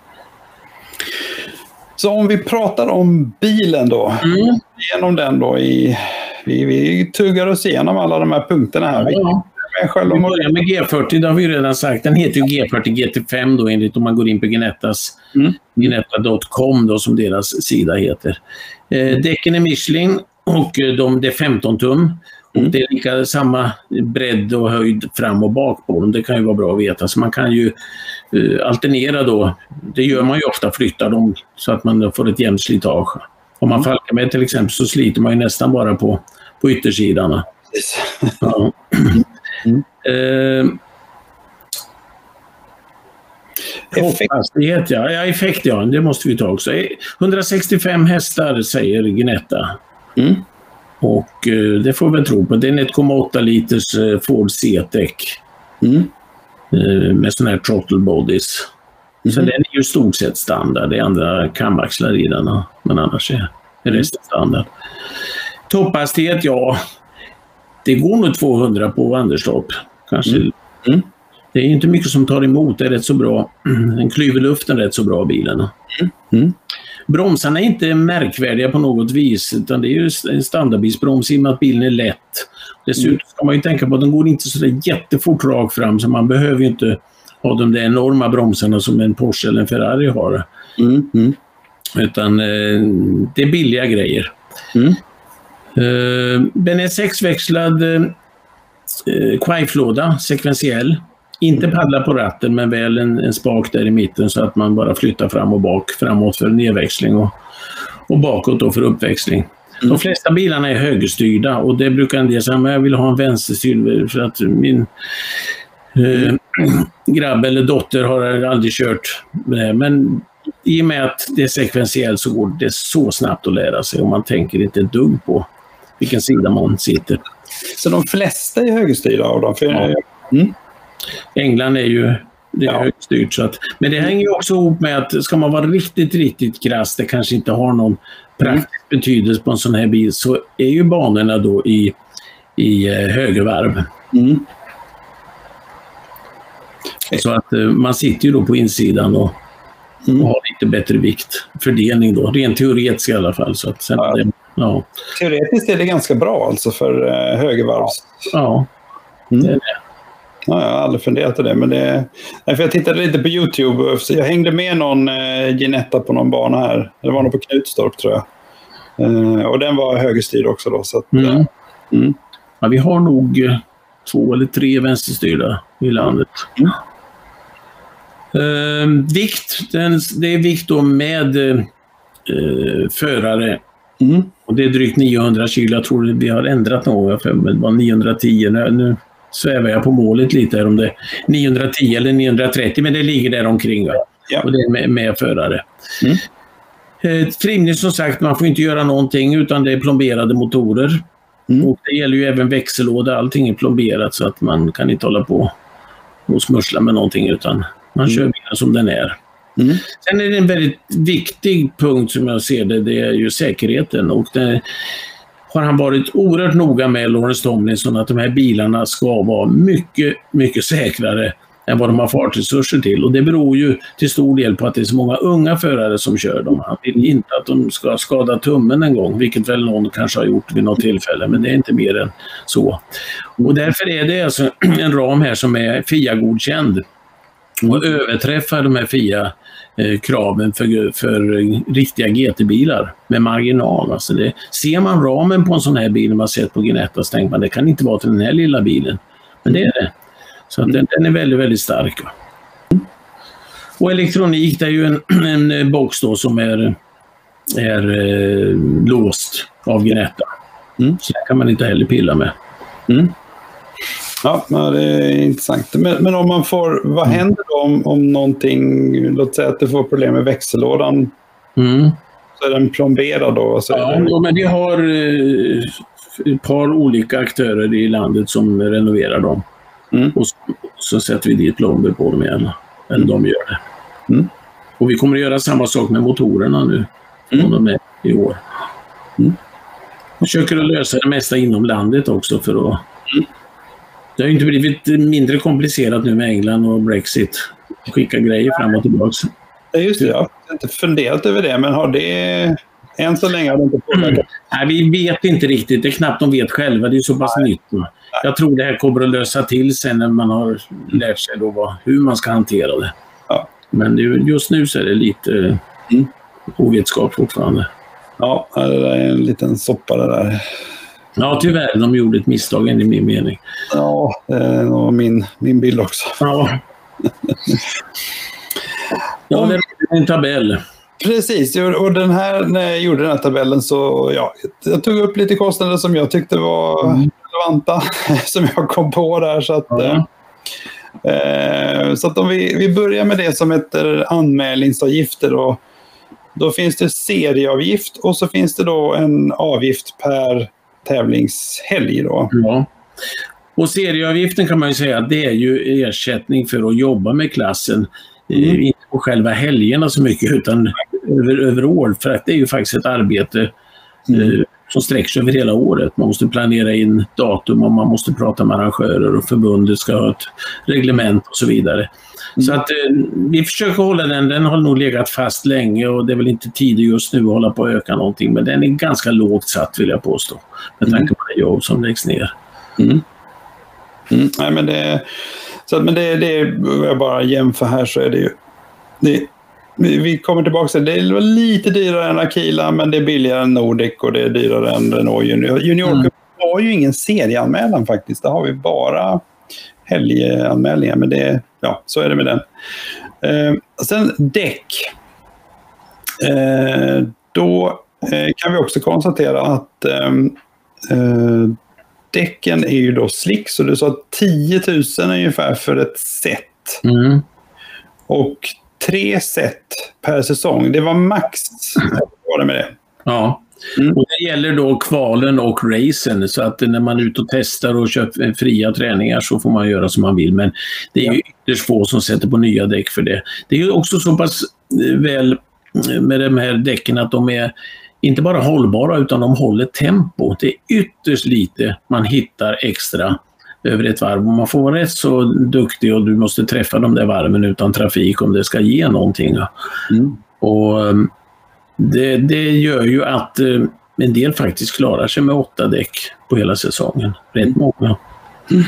Så om vi pratar om bilen då, mm. genom den då i, vi, vi tuggar oss igenom alla de här punkterna här. Ja. Vi börjar med G fyrtio, det har vi redan sagt. Den heter ju G fyrtio G T fem då, enligt om man går in på Ginettas, mm. Ginetta punkt com då, som deras sida heter. Eh, däcken är Michelin och de, det är femton tum. Och mm. det är lika samma bredd och höjd fram och bak på dem. Det kan ju vara bra att veta. Så man kan ju eh, alternera då. Det gör man ju ofta, flyttar dem så att man får ett jämnt slitage. Om man falkar med till exempel så sliter man ju nästan bara på, på yttersidorna. Ja. Mm. Uh, Effektighet, ja. ja. Effekt, ja. Det måste vi ta också. hundrasextiofem hästar säger Ginetta. Mm. Och uh, det får vi tro på. Det är en ett komma åtta liters uh, Ford C-däck. Mm. Uh, med sådana här throttle bodies. Mm. Så den är ju stort sett standard. Det är andra kamaxlar i den. Men annars är är resten standard. Topphastighet, ja, det går nog tvåhundra på Anderstorp. Kanske. Mm. Mm. Det är inte mycket som tar emot, det är rätt så bra. Den klyver luften rätt så bra, bilen. Mm. Mm. Bromsarna är inte märkvärdiga på något vis, utan det är ju en standardbilsbroms i och med att bilen är lätt. Dessutom ska man ju tänka på att den går inte så där jättefort rakt fram, så man behöver ju inte ha de där enorma bromsarna som en Porsche eller en Ferrari har. Mm. Mm. Utan eh, det är billiga grejer. Mm. Eh, den är sexväxlad eh, quaiflåda, sekventiell. Inte paddla på ratten, men väl en, en spak där i mitten så att man bara flyttar fram och bak, framåt för nedväxling och, och bakåt då för uppväxling. Mm. De flesta bilarna är högerstyrda och det brukar en del säga, men jag vill ha en vänsterstyrd för att min eh, grabb eller dotter har aldrig kört. Men i och med att det är sekventiellt så går det så snabbt att lära sig och man tänker inte ett dugg på vilken sida man sitter. Så de flesta är högerstyrda av dem? För ja. Mm. England är ju det är ja. högstyrt. Så att, men det hänger ju också ihop med att ska man vara riktigt, riktigt krass, det kanske inte har någon praktisk mm. betydelse på en sån här bil, så är ju banorna då i, i högervarv. Mm. Så att man sitter ju då på insidan och, mm. och har lite bättre vikt. Fördelning då, rent teoretiskt i alla fall. Så att sen ja. Det, ja. Teoretiskt är det ganska bra alltså för uh, högervarvs. Ja, mm. det är det. Ja, jag har aldrig funderat på det, men det nej, för jag tittade lite på YouTube, så jag hängde med någon eh, Ginetta på någon bana här. Det var nog på Knutstorp tror jag. Eh, och den var högerstyrd också då. Så att, mm. Eh, mm. Ja, vi har nog eh, två eller tre vänsterstyrda i landet. Mm. Eh, vikt, den, det är vikt då med eh, förare. Mm. Och det är drygt niohundra kilo. Jag tror vi har ändrat något, för det var niohundratio nu. nu svävar jag på målet lite här om det är niohundratio eller niohundratrettio, men det ligger där omkring. Va? Ja. Och det är med, med förare. Mm. Eh, trimning som sagt, man får inte göra någonting utan det är plomberade motorer. Mm. Och det gäller ju även växellåda, allting är plomberat så att man kan inte hålla på och smussla med någonting utan man mm. kör bilen som den är. Mm. Sen är det en väldigt viktig punkt som jag ser det, det är ju säkerheten och det har han varit oerhört noga med, Lawrence Tomlinson, att de här bilarna ska vara mycket, mycket säkrare än vad de har fartresurser till. Och det beror ju till stor del på att det är så många unga förare som kör dem. Han vill inte att de ska skada tummen en gång, vilket väl någon kanske har gjort vid något tillfälle, men det är inte mer än så. Och därför är det alltså en ram här som är F I A-godkänd och överträffar de här F I A kraven för, för riktiga G T-bilar med marginal. Alltså det, ser man ramen på en sån här bil man sett på Ginetta så tänker man det kan inte vara till den här lilla bilen. Men det är det. Så att den, den är väldigt, väldigt stark. Och elektronik, det är ju en, en box då som är, är eh, låst av Ginetta. Mm. Så det kan man inte heller pilla med. Mm. Ja, det är intressant. Men, men om man får, vad händer då om, om någonting, låt säga att du får problem med växellådan, mm. så är den plomberad då? Så ja, det... men vi har eh, ett par olika aktörer i landet som renoverar dem. Mm. Och så, så sätter vi dit plomber på dem igen. Eller mm. de gör det. Mm. Och vi kommer att göra samma sak med motorerna nu. Mm. De är i år. Mm. Vi försöker att lösa det mesta inom landet också för att mm. det har inte blivit mindre komplicerat nu med England och Brexit. Skicka grejer fram och tillbaka. Ja, just det. Jag har inte funderat över det, men har det än så länge har det inte påverkat? Mm. Nej, vi vet inte riktigt. Det är knappt de vet själva. Det är så pass Nej. nytt. Jag tror det här kommer att lösa till sen när man har lärt sig då vad, hur man ska hantera det. Ja. Men det, just nu så är det lite mm. ovetskap fortfarande. Ja, det är en liten soppa det där. Ja, tyvärr. De gjorde ett misstag enligt min mening. Ja, det var min, min bild också. Ja, ja det är en tabell. Precis, och den här, när jag gjorde den här tabellen så ja, jag tog upp lite kostnader som jag tyckte var mm. relevanta, som jag kom på där. Så att, ja. eh, så att om vi, vi börjar med det som heter anmälningsavgifter då. Då finns det serieavgift och så finns det då en avgift per tävlingshelg då. Ja. Och serieavgiften kan man ju säga att det är ju ersättning för att jobba med klassen. Mm. Inte på själva helgerna så mycket utan över, över år. För att det är ju faktiskt ett arbete mm. som sträcker sig över hela året. Man måste planera in datum och man måste prata med arrangörer och förbundet ska ha ett reglement och så vidare. Mm. Så att eh, vi försöker hålla den, den har nog legat fast länge och det är väl inte tid just nu att hålla på att öka någonting, men den är ganska lågt satt vill jag påstå, med tanke på det jobb som läggs ner. Mm. Mm. Nej, men det, så att, men det, det jag bara jämför här så är det ju det, vi kommer tillbaka till det. Det var lite dyrare än Aquila, men det är billigare än Nordic och det är dyrare än Renault Junior. Junior mm. har ju ingen serieanmälan faktiskt. Där har vi bara helganmälningar, men det, ja, så är det med den. Eh, sen däck. Eh, då eh, kan vi också konstatera att eh, eh, däcken är ju då slick, så du sa tio tusen ungefär för ett set. Mm. Och tre set per säsong. Det var max. Var det med det? Ja. Mm. Och det gäller då kvalen och racen, så att när man är ute och testar och kör fria träningar så får man göra som man vill, men det är ju ytterst få som sätter på nya däck för det. Det är ju också så pass väl med de här däcken att de är inte bara hållbara utan de håller tempo. Det är ytterst lite man hittar extra över ett varv. Man får vara rätt så duktig och du måste träffa de där varven utan trafik om det ska ge någonting. Mm. Och det, det gör ju att en del faktiskt klarar sig med åtta däck på hela säsongen. Rätt många. Mm.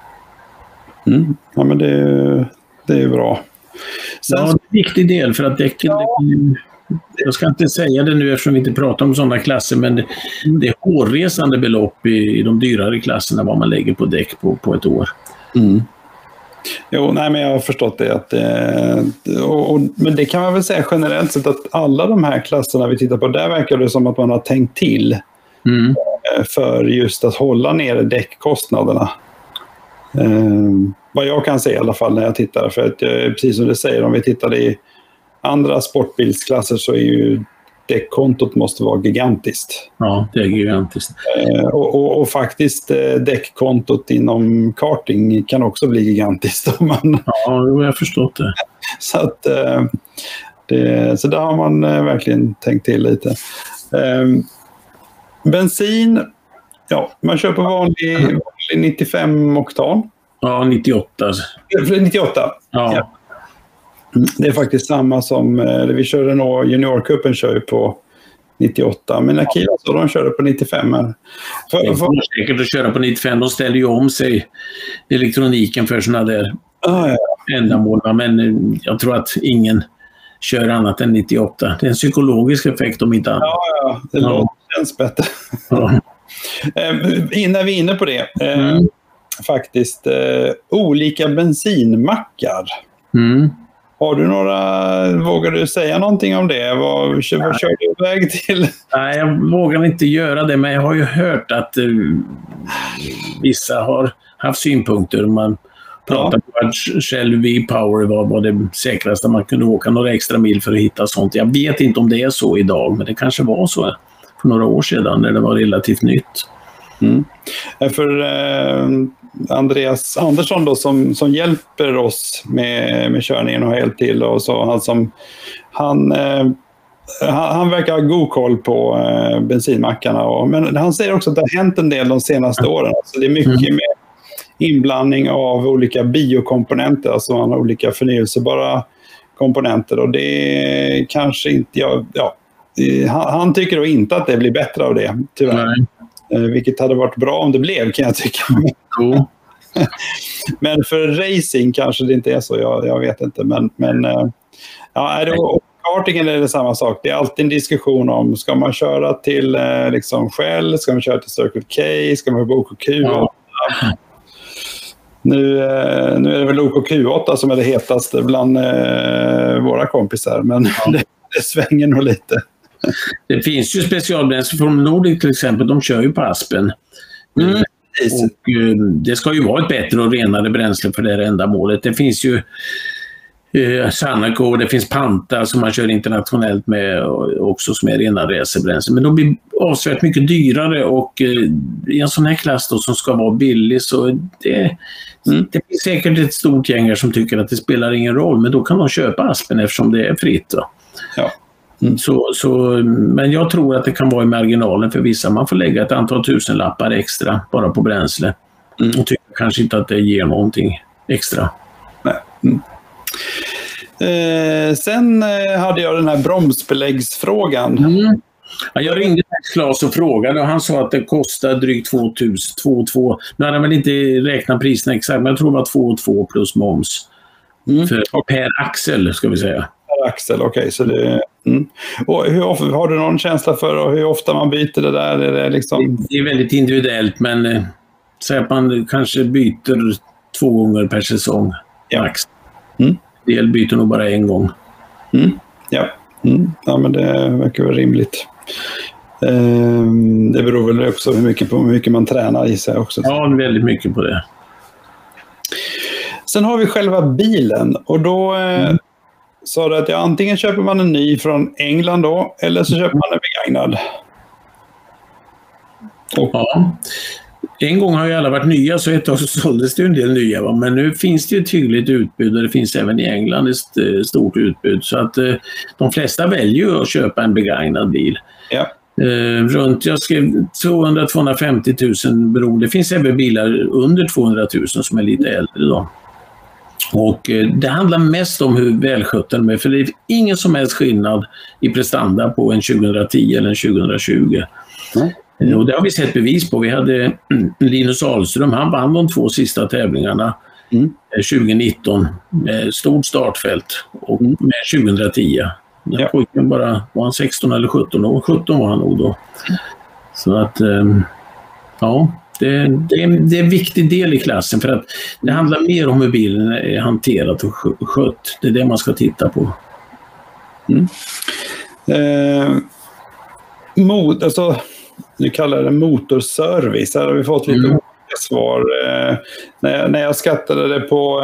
Mm. Ja, men det, det är bra. Sen, ja, det är en viktig del för att däcken... Ja. Jag ska inte säga det nu eftersom vi inte pratar om sådana klasser, men det, det är hårresande belopp i, i de dyrare klasserna vad man lägger på däck på, på ett år. Mm. Jo, nej, men jag har förstått det. Att, eh, och, och, men det kan man väl säga generellt sett att alla de här klasserna vi tittar på, där verkar det som att man har tänkt till mm. eh, för just att hålla ner däckkostnaderna. Eh, vad jag kan se i alla fall när jag tittar. För att, eh, precis som du säger, om vi tittar i andra sportbilsklasser så är ju däckkontot måste vara gigantiskt. Ja, det är gigantiskt. Eh, och, och, och faktiskt eh, däckkontot inom karting kan också bli gigantiskt. Om man... Ja, jag har förstått det. så, att, eh, det, så där har man eh, verkligen tänkt till lite. Eh, bensin, ja, man kör på vanlig, vanlig nittiofem oktan. Ja, nittioåtta. nittioåtta, ja. ja. Det är faktiskt samma som eh, vi körde Renault Junior-cupen kör ju på nittioåtta, men Aquila så de körde på nittiofem. För, det är för... säkert att köra på nittiofem, de ställer ju om sig elektroniken för sådana där ah, ja. ändamål, men jag tror att ingen kör annat än nittioåtta. Det är en psykologisk effekt om inte annat. Ja, ja, det ja. låter, känns bättre. Ja. Innan vi är inne på det, eh, mm. faktiskt eh, olika bensinmackar. Mm. Har du några, vågar du säga någonting om det? Vad, vad kör du iväg till? Nej, jag vågar inte göra det, men jag har ju hört att uh, vissa har haft synpunkter. Man pratar ja. på att Shell V-Power var, var det säkraste. Man kunde åka några extra mil för att hitta sånt. Jag vet inte om det är så idag, men det kanske var så för några år sedan när det var relativt nytt. Mm. För eh, Andreas Andersson då, som, som hjälper oss med, med körningen och helt till och så, han, som, han, eh, han, han verkar ha god koll på eh, bensinmackarna och, men han säger också att det har hänt en del de senaste åren, alltså det är mycket mm. med inblandning av olika biokomponenter, alltså man har olika förnyelsebara komponenter och det kanske inte jag, ja, han, han tycker då inte att det blir bättre av det, tyvärr. Nej. Vilket hade varit bra om det blev, kan jag tycka. Mm. Men för racing kanske det inte är så, jag, jag vet inte. Men, men ja, är det, och kartingen är det samma sak. Det är alltid en diskussion om, ska man köra till liksom Shell, ska man köra till Circle K, ska man ha O K Q åtta? Ja. Nu, nu är det väl O K Q åtta som är det hetaste bland eh, våra kompisar, men ja. det, det svänger nog lite. Det finns ju specialbränsle från Nordic till exempel, de kör ju på Aspen. Mm. Och uh, det ska ju vara ett bättre och renare bränsle för det här ändamålet. Det finns ju uh, Sanaco och det finns Panta som man kör internationellt med också som är rena racerbränsle. Men de blir avsevärt mycket dyrare och uh, i en sån här klass då, som ska vara billig så det, mm. det finns säkert ett stort gäng som tycker att det spelar ingen roll, men då kan de köpa Aspen eftersom det är fritt. Då. Ja. Mm. Så, så, men jag tror att det kan vara i marginalen för vissa. Man får lägga ett antal tusenlappar extra bara på bränsle. Mm. Och tycker kanske inte att det ger någonting extra. Nej. Mm. Eh, sen eh, hade jag den här bromsbeläggsfrågan. Mm. Ja, jag ringde Claes och frågade och han sa att det kostar drygt två tusen, två komma två. Nu hade han väl inte räknat priserna exakt, men jag tror det var två komma två plus moms. Mm. För per axel ska vi säga. Per axel, okej. Okay, så det, mm. Och hur ofta, har du någon känsla för hur ofta man byter det där? Är det, liksom... det är väldigt individuellt, men eh, säg att man kanske byter två gånger per säsong. Ja. Max. Mm. En del byter nog bara en gång. Mm. Ja. Mm. Ja, men det verkar vara rimligt. Ehm, det beror väl också hur mycket, på hur mycket man tränar i sig också. Ja, väldigt mycket på det. Sen har vi själva bilen och då eh, mm. sa du att ja, antingen köper man en ny från England då eller så köper man en begagnad. Och... Ja. En gång har ju alla varit nya så ett tag så såldes det en del nya. Va? Men nu finns det ju ett tydligt utbud och det finns även i England ett stort utbud. Så att eh, de flesta väljer ju att köpa en begagnad bil. Ja. Eh, runt, jag skrev tvåhundra till tvåhundrafemtio tusen beroende. Det finns även bilar under tvåhundra tusen som är lite äldre då. Och eh, det handlar mest om hur välskött den är. För det är ingen som helst skillnad i prestanda på en tjugohundratio eller en tjugohundratjugo. Mm. Och det har vi sett bevis på. Vi hade Linus Ahlström, han vann de två sista tävlingarna mm. tjugonitton med stort startfält och med tjugohundratio. Ja. Pojken bara, var han sexton eller sjutton år? sjutton var han nog då. Så att, ja, det, det, det är en viktig del i klassen för att det handlar mer om hur bilen är hanterat och skött. Det är det man ska titta på. Mm. Eh, mot, alltså... Nu kallar det motorservice. Här har vi fått lite mm. olika svar. Eh, när, jag, när jag skattade det på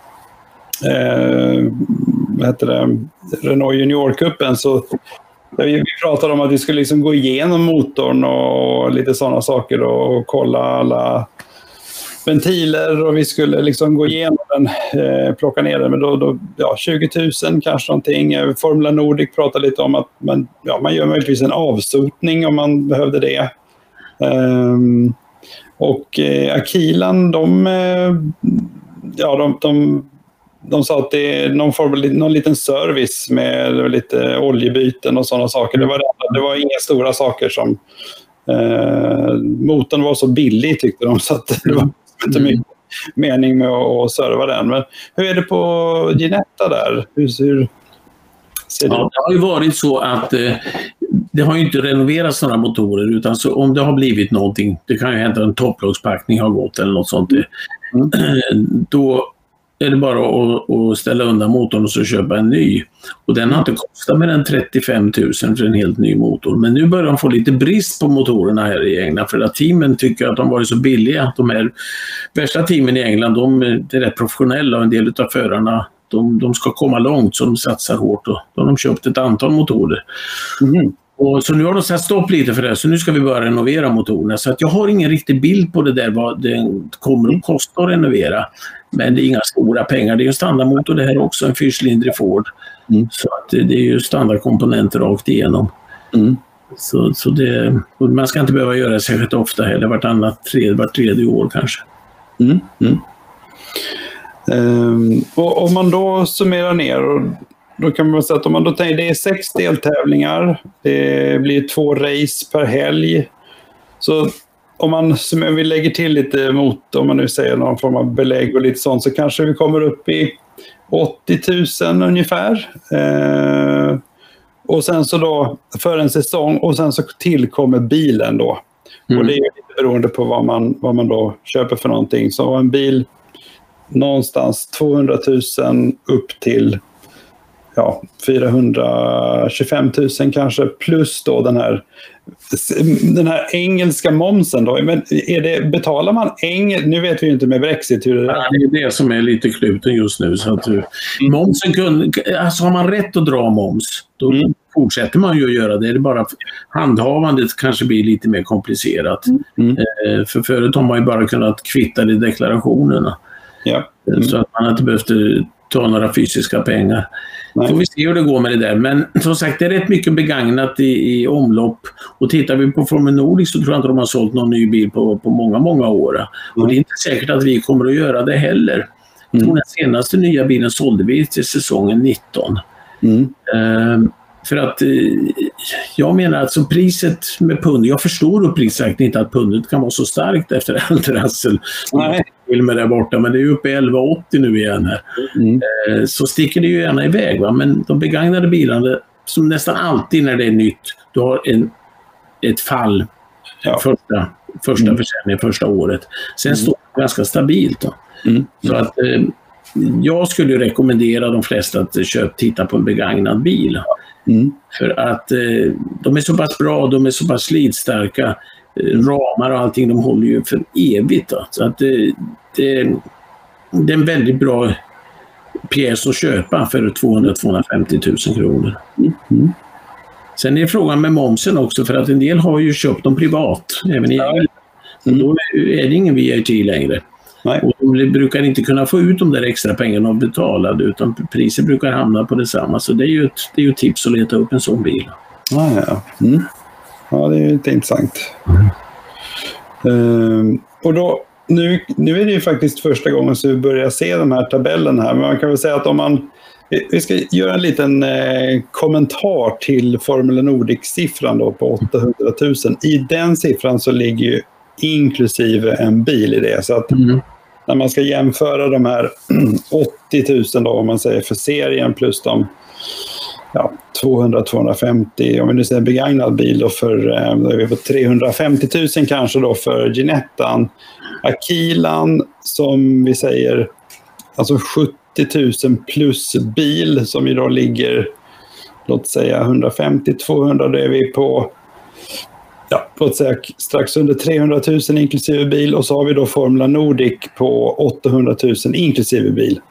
eh, vad heter det, Renault Junior-cupen så vi, vi pratade om att vi skulle liksom gå igenom motorn och lite sådana saker och kolla alla ventiler och vi skulle liksom gå igenom den, eh, plocka ner den, men då, då ja, tjugo tusen kanske någonting. Formula Nordic pratade lite om att man, ja, man gör möjligtvis en avsotning om man behövde det. Um, och eh, Akilan, de, eh, ja, de, de, de sa att det är någon, form, någon liten service med lite oljebyten och sådana saker. Det var, det var inga stora saker som eh, motorn var så billig tyckte de, så att det var inte mycket mening med att serva den. Men hur är det på Ginetta där? Hur ser, ser det? Ja, det har ju varit så att eh, det har ju inte renoverats några motorer utan så om det har blivit någonting, det kan ju hända en topplockspackning har gått eller något sånt, mm. då är det bara att, att ställa undan motorn och så köpa en ny. Och den har inte kostat mer än trettiofem tusen för en helt ny motor. Men nu börjar de få lite brist på motorerna här i England för att teamen tycker att de varit så billiga. De här värsta teamen i England, de är rätt professionella och en del av förarna de, de ska komma långt så de satsar hårt och då har de köpt ett antal motorer. Mm. Och så nu har de satt stopp lite för det, så nu ska vi börja renovera motorerna. Så att jag har ingen riktig bild på det där vad det kommer att kosta att renovera. Men det är inga stora pengar. Det är en standardmotor det här också, en fyrcylindrig Ford. Mm. Så att det, det är ju standardkomponenter rakt igenom. Mm. Så, så det, man ska inte behöva göra det särskilt ofta heller, vartannat, tredje, vart tredje år kanske. Mm. Mm. Um, och om man då summerar ner och då kan man säga att om man då tänker det är sex deltävlingar, det blir två race per helg. Så om man som vi lägger till lite mot, om man nu säger någon form av belägg och lite sånt, så kanske vi kommer upp i åttio tusen ungefär. Eh, och sen så då för en säsong och sen så tillkommer bilen då. Mm. Och det är lite beroende på vad man, vad man då köper för någonting. Så en bil någonstans tvåhundra tusen upp till ja, fyrahundratjugofem tusen kanske, plus då den här den här engelska momsen då. Men är det, betalar man engel, nu vet vi ju inte med Brexit hur det är. Ja, det är det som är lite kluten just nu. Så att mm. momsen kun, alltså har man rätt att dra moms, då mm. fortsätter man ju att göra det. Det är bara handhavandet kanske blir lite mer komplicerat. Mm. Eh, för förut har man ju bara kunnat kvitta det i deklarationerna. Ja. Mm. Så att man inte behövt ta några fysiska pengar. Nej. Får vi se hur det går med det där. Men som sagt, det är rätt mycket begagnat i, i omlopp. Och tittar vi på Formel Nordic så tror jag inte de har sålt någon ny bil på, på många, många år. Mm. Och det är inte säkert att vi kommer att göra det heller. Jag tror mm. den senaste nya bilen sålde vi till säsongen nitton. Mm. Uh, för att uh, jag menar att så priset med pund, jag förstår uppriktigt inte att pundet kan vara så starkt efter allt rassel. Nej. Med där borta, men det är ju uppe i elva åttio nu igen här. Mm. Uh, så sticker det ju gärna iväg, va? Men de begagnade bilarna, som nästan alltid när det är nytt, du har en, ett fall ja. första, första mm. försäljningen första året. Sen mm. står det ganska stabilt då. Mm. Så att eh, jag skulle rekommendera de flesta att köpa, titta på en begagnad bil. Mm. För att eh, de är så pass bra, de är så pass slitstarka, eh, ramar och allting, de håller ju för evigt. Då. Så att eh, det, det är en väldigt bra pjäs att köpa för tvåhundra till tvåhundrafemtio tusen kronor. Mm. Sen är frågan med momsen också, för att en del har ju köpt dem privat, även i England. Mm. Då är det ingen V A T längre. Nej. Och de brukar inte kunna få ut de där extra pengarna och betalade, utan priset brukar hamna på detsamma. Så det är ju ett, det är ju ett tips att leta upp en sån bil. Ah, ja, mm. ja, det är ju lite intressant. Mm. Uh, och då, nu, nu är det ju faktiskt första gången som vi börjar se de här tabellerna här. Men man kan väl säga att om man... Vi ska göra en liten eh, kommentar till Formel Nordic-siffran då på åttahundratusen. I den siffran så ligger ju inklusive en bil i det. Så att mm. när man ska jämföra de här åttio tusen då, om man säger för serien, plus de ja, tvåhundra till tvåhundrafemtio, om vi nu säger begagnad bil då, för eh, då är vi på trehundrafemtio tusen kanske då för Ginettan. Aquilan som vi säger, alltså sjuttio tusen plus bil som ju då ligger, låt säga hundrafemtio till tvåhundra, då är vi på ja, låt säga strax under trehundra tusen inklusive bil, och så har vi då Formula Nordic på åttahundra tusen inklusive bil.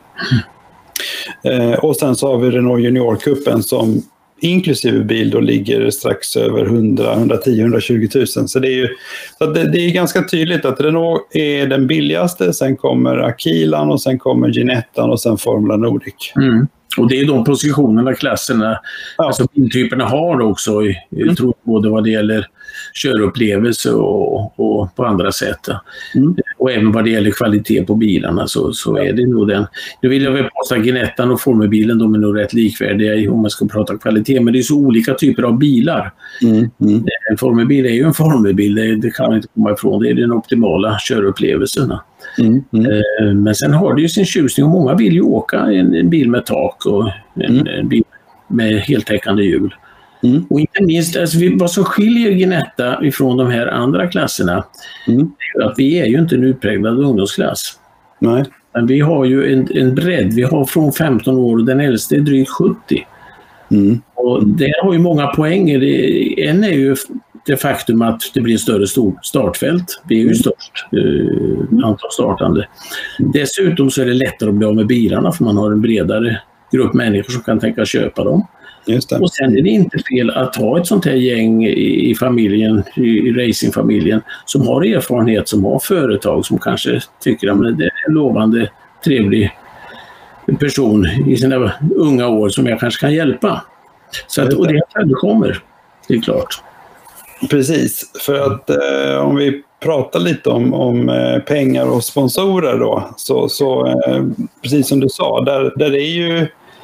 Mm. Eh, och sen så har vi Renault Junior-cupen som inklusive bil då ligger strax över hundra, hundratio till hundratjugo tusen. Så det är ju så det, det är ganska tydligt att Renault är den billigaste, sen kommer Aquilan och sen kommer Ginettan och sen Formula Nordic. Mm. Och det är de positionerna, klasserna, ja. Alltså biltyperna har också, jag mm. tror både vad det gäller körupplevelse och, och på andra sätt. Mm. Och även vad det gäller kvalitet på bilarna så, så är det nog den. Nu vill jag väl påstå att Ginettan och Formelbilen, de är nog rätt likvärdiga om man ska prata kvalitet, men det är så olika typer av bilar. Mm. Mm. En Formelbil är ju en Formelbil, det, det kan man inte komma ifrån, det är den optimala körupplevelserna. Mm, mm. Men sen har det ju sin tjusning och många vill ju åka en, en bil med tak och en, mm. en bil med heltäckande hjul. Mm. Och inte minst, alltså, vi, vad som skiljer Ginetta ifrån de här andra klasserna mm. är att vi är ju inte en utpräglad ungdomsklass. Nej. Men vi har ju en, en bredd, vi har från femton år och den äldste är drygt sjuttio. Mm. Och det har ju många poänger. Det, en är ju det faktum att det blir större startfält. Vi är ju mm. störst eh, antal startande. Mm. Dessutom så är det lättare att bli av med bilarna för man har en bredare grupp människor som kan tänka köpa dem. Just det. Och sen är det inte fel att ha ett sånt här gäng i, i familjen, i, i racingfamiljen, som har erfarenhet, som har företag, som kanske tycker att det är en lovande, trevlig person i sina unga år som jag kanske kan hjälpa. Så att, och det kommer, det är klart. Precis, för att eh, om vi pratar lite om, om eh, pengar och sponsorer då, så, så eh, precis som du sa, där, där är ju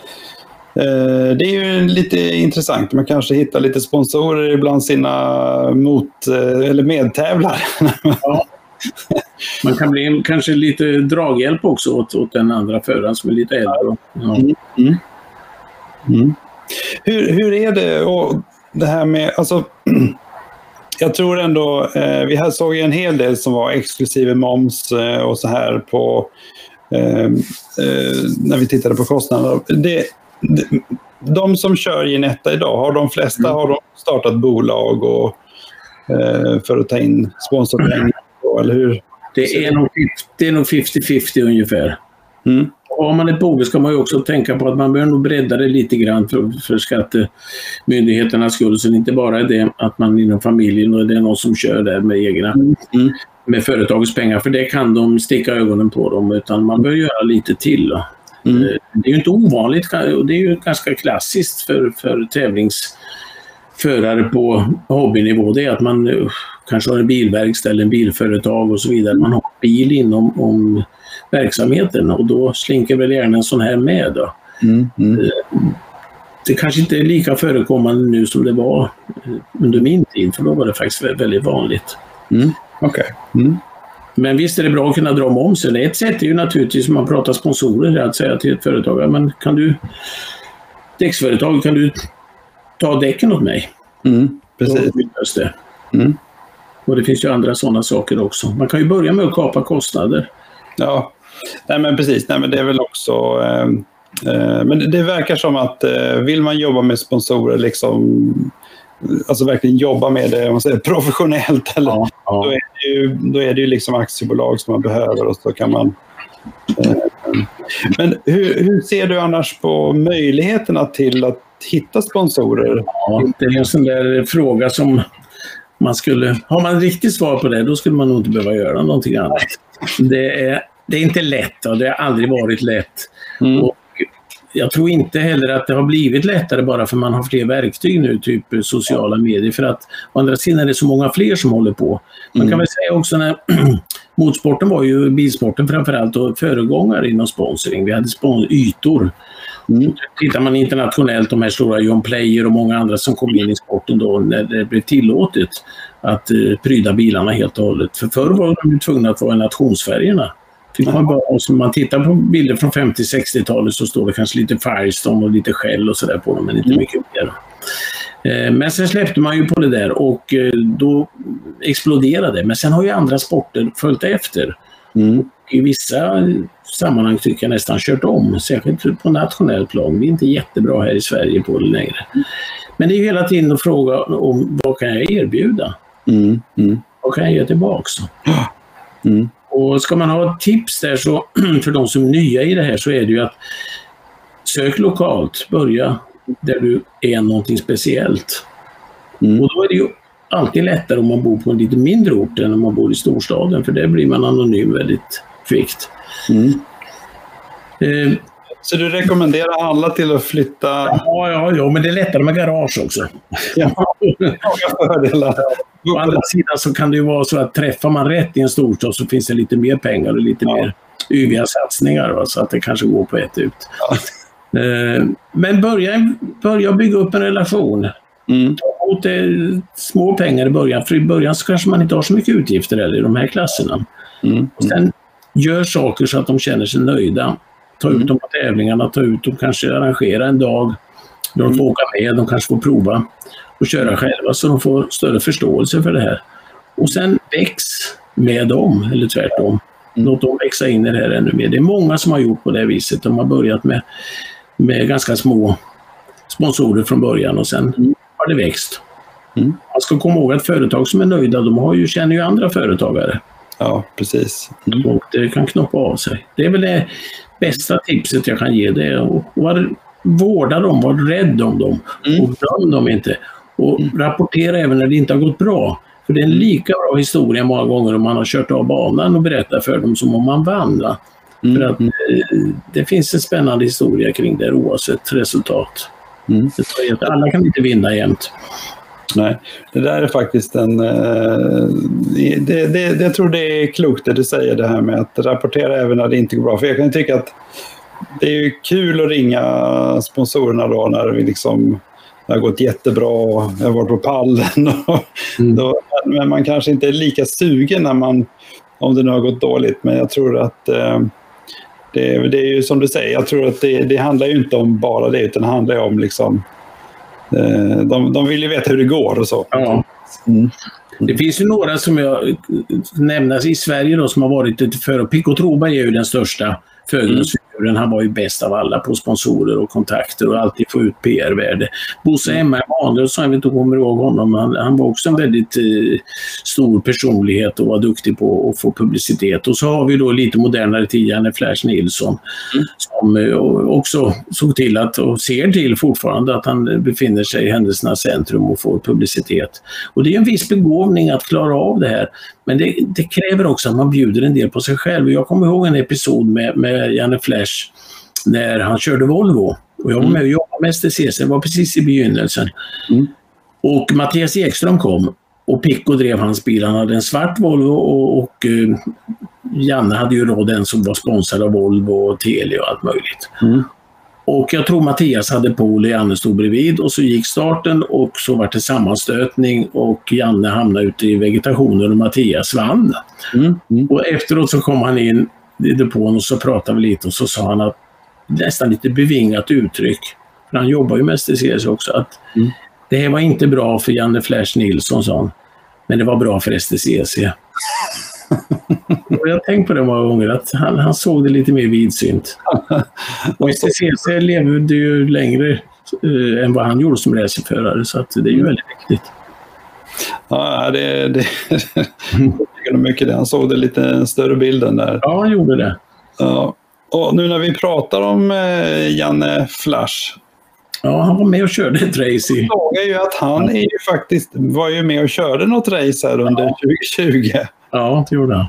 eh, det är ju lite intressant. Man kanske hittar lite sponsorer bland sina mot eh, eller medtävlare. Ja. Man kan bli kanske lite draghjälp också åt, åt den andra föraren som är lite äldre. Ja. Mm. Mm. Mm. Hur, hur är det och det här med, alltså jag tror ändå, eh, vi här såg ju en hel del som var exklusive moms eh, och så här på eh, eh, när vi tittade på kostnaderna. Det, det, de som kör Ginetta idag, har de flesta mm. har de startat bolag och, eh, för att ta in sponsorpengar, eller hur? Det är nog, det är nog femtio femtio ungefär. Mm. Och om man är bolag ska man ju också tänka på att man bör nog bredda det lite grann för, för skattemyndigheternas skull. Så det inte bara är det att man inom familjen och det är någon som kör där med egna mm. med företagets pengar. För det kan de sticka ögonen på dem, utan man bör göra lite till. Då. Mm. Det är ju inte ovanligt och det är ju ganska klassiskt för, för tävlingsförare på hobbynivå. Det är att man kanske har en bilverkstad eller en bilföretag och så vidare. Man har bil inom om verksamheten och då slinker väl gärna en sån här med då. Mm. Mm. Det kanske inte är lika förekommande nu som det var under min tid, för då var det faktiskt väldigt vanligt. Mm. Okej. Okay. Mm. Men visst är det bra att kunna dra momsen. Ett sätt är ju naturligtvis om man pratar sponsorer att säga till ett företag, men kan du, däcksföretag, kan du ta däcken åt mig? Mm. Precis. Det. Mm. Och det finns ju andra sådana saker också. Man kan ju börja med att kapa kostnader. Ja, nej men precis. Nej, men det är väl också... Eh... Men det verkar som att vill man jobba med sponsorer, liksom, alltså verkligen jobba med det man säger, professionellt, eller, ja, ja. Då, är det ju, då är det ju liksom aktiebolag som man behöver och så kan man... Men hur, hur ser du annars på möjligheterna till att hitta sponsorer? Ja, det är en sån där fråga som man skulle... Har man riktigt svar på det, då skulle man nog inte behöva göra någonting annat. Det är, det är inte lätt och det har aldrig varit lätt. Mm. Och jag tror inte heller att det har blivit lättare bara för man har fler verktyg nu, typ sociala medier, för att å andra sidan är det så många fler som håller på. Man kan mm. väl säga också när motorsporten var ju bilsporten framförallt och föregångare inom sponsring. Vi hade spons- ytor. Mm. Tittar man internationellt, de här stora John Player och många andra som kom in i sporten då när det blev tillåtet att uh, pryda bilarna helt och hållet. För förr var de tvungna att vara nationsfärgerna. Fick man bara, och om man tittar på bilder från femtio-sextiotalet så står det kanske lite Firestone och lite Shell och sådär på dem, men inte mm. mycket mer. Eh, men sen släppte man ju på det där och eh, då exploderade det. Men sen har ju andra sporter följt efter. Mm. Och i vissa sammanhang tycker jag nästan kört om, särskilt på nationell plan. Vi är inte jättebra här i Sverige på det längre. Men det är ju hela tiden att fråga om vad kan jag erbjuda? Mm. Mm. Vad kan jag ge tillbaka? Mm. Och ska man ha ett tips där så för de som är nya i det här så är det ju att sök lokalt, börja där du är någonting speciellt. Mm. Och då är det ju alltid lättare om man bor på en lite mindre ort än om man bor i storstaden, för där blir man anonym väldigt kvickt. Mm. Eh, så du rekommenderar alla till att flytta? Ja, ja, ja, men det är lättare med garage också. Ja, fördelar. Å andra sidan så kan det ju vara så att träffar man rätt i en storstad så finns det lite mer pengar och lite ja. mer yviga satsningar, va? Så att det kanske går på ett ut. Ja. Eh, men börja, börja bygga upp en relation. Mm. Ta åt det små pengar i början, för i början så kanske man inte har så mycket utgifter eller i de här klasserna. Mm. Och sen gör saker så att de känner sig nöjda. Ta ut dem på tävlingarna, ta ut dem, kanske arrangera en dag. De får åka med, de kanske får prova och köra själva så de får större förståelse för det här. Och sen väx med dem, eller tvärtom. Låt dem växa in i det här ännu mer. Det är många som har gjort på det viset. De har börjat med, med ganska små sponsorer från början och sen mm. har det växt. Mm. Man ska komma ihåg att företag som är nöjda, de har ju, känner ju andra företagare. Ja, precis. Mm. Och det kan knoppa av sig. Det är väl det bästa tipset jag kan ge. Det är att vara, vårda dem, var rädd om dem mm. och döm dem inte. Och mm. rapportera även när det inte har gått bra. För det är en lika bra historia många gånger om man har kört av banan och berättat för dem som om man vann. Mm. För att eh, det finns en spännande historia kring det oavsett resultat. Mm. Det alla kan inte vinna jämt. Nej, det där är faktiskt en... Eh, det, det, det, jag tror det är klokt det du säger, det här med att rapportera även när det inte går bra. För jag kan tycka att det är ju kul att ringa sponsorerna då när vi liksom... Det har gått jättebra och jag har varit på pallen. Och mm. då, men man kanske inte är lika sugen när man, om det nu har gått dåligt. Men jag tror att eh, det, det är ju som du säger. Jag tror att det, det handlar ju inte om bara det, utan det handlar ju om liksom... Eh, de, de vill ju veta hur det går och så. Ja. Mm. Det finns ju några som jag nämner i Sverige då, som har varit lite för. Pico Troberg är ju den största förgrundsfiguren. Mm. Han var ju bäst av alla på sponsorer och kontakter och alltid få ut P R-värde. Bosse Emma Emanuelsson, jag vet inte om jag kommer ihåg honom, han, han var också en väldigt eh, stor personlighet och var duktig på att få publicitet. Och så har vi då lite modernare tid, Janne Flash Nilsson, mm. som eh, också såg till att, och ser till fortfarande, att han befinner sig i händelsernas centrum och får publicitet. Och det är en viss begåvning att klara av det här. Men det, det kräver också att man bjuder en del på sig själv. Jag kommer ihåg en episod med, med Janne Flash faktiskt när han körde Volvo. Och jag var med och jobbade med S T C C, det var precis i begynnelsen. Mm. Och Mattias Ekström kom och Picco drev hans bil. Han hade en svart Volvo och, och uh, Janne hade ju då den som var sponsrad av Volvo och Tele och allt möjligt. Mm. Och jag tror Mattias hade pol och Janne stod bredvid och så gick starten och så var det sammanstötning och Janne hamnade ute i vegetationen och Mattias vann. Mm. Mm. Och efteråt så kom han in i depån och så pratade vi lite och så sa han att nästan lite bevingat uttryck, för han jobbar ju med S T C C också, att mm. det här var inte bra för Janne Flash Nilsson, sa han, men det var bra för S T C C. Och jag tänkte på det många gånger att han, han såg det lite mer vidsynt. Och S T C C levde ju längre uh, än vad han gjorde som racerförare, så att det är ju väldigt viktigt. Ja, det, det, det är mycket det. Han såg det lite större bilden där. Ja, han gjorde det. Ja. Och nu när vi pratar om eh, Janne Flash. Ja, han var med och körde ett race i... Jag såg ju att han är ju faktiskt, var ju med och körde något race här under ja. tjugo tjugo. Ja, det gjorde han.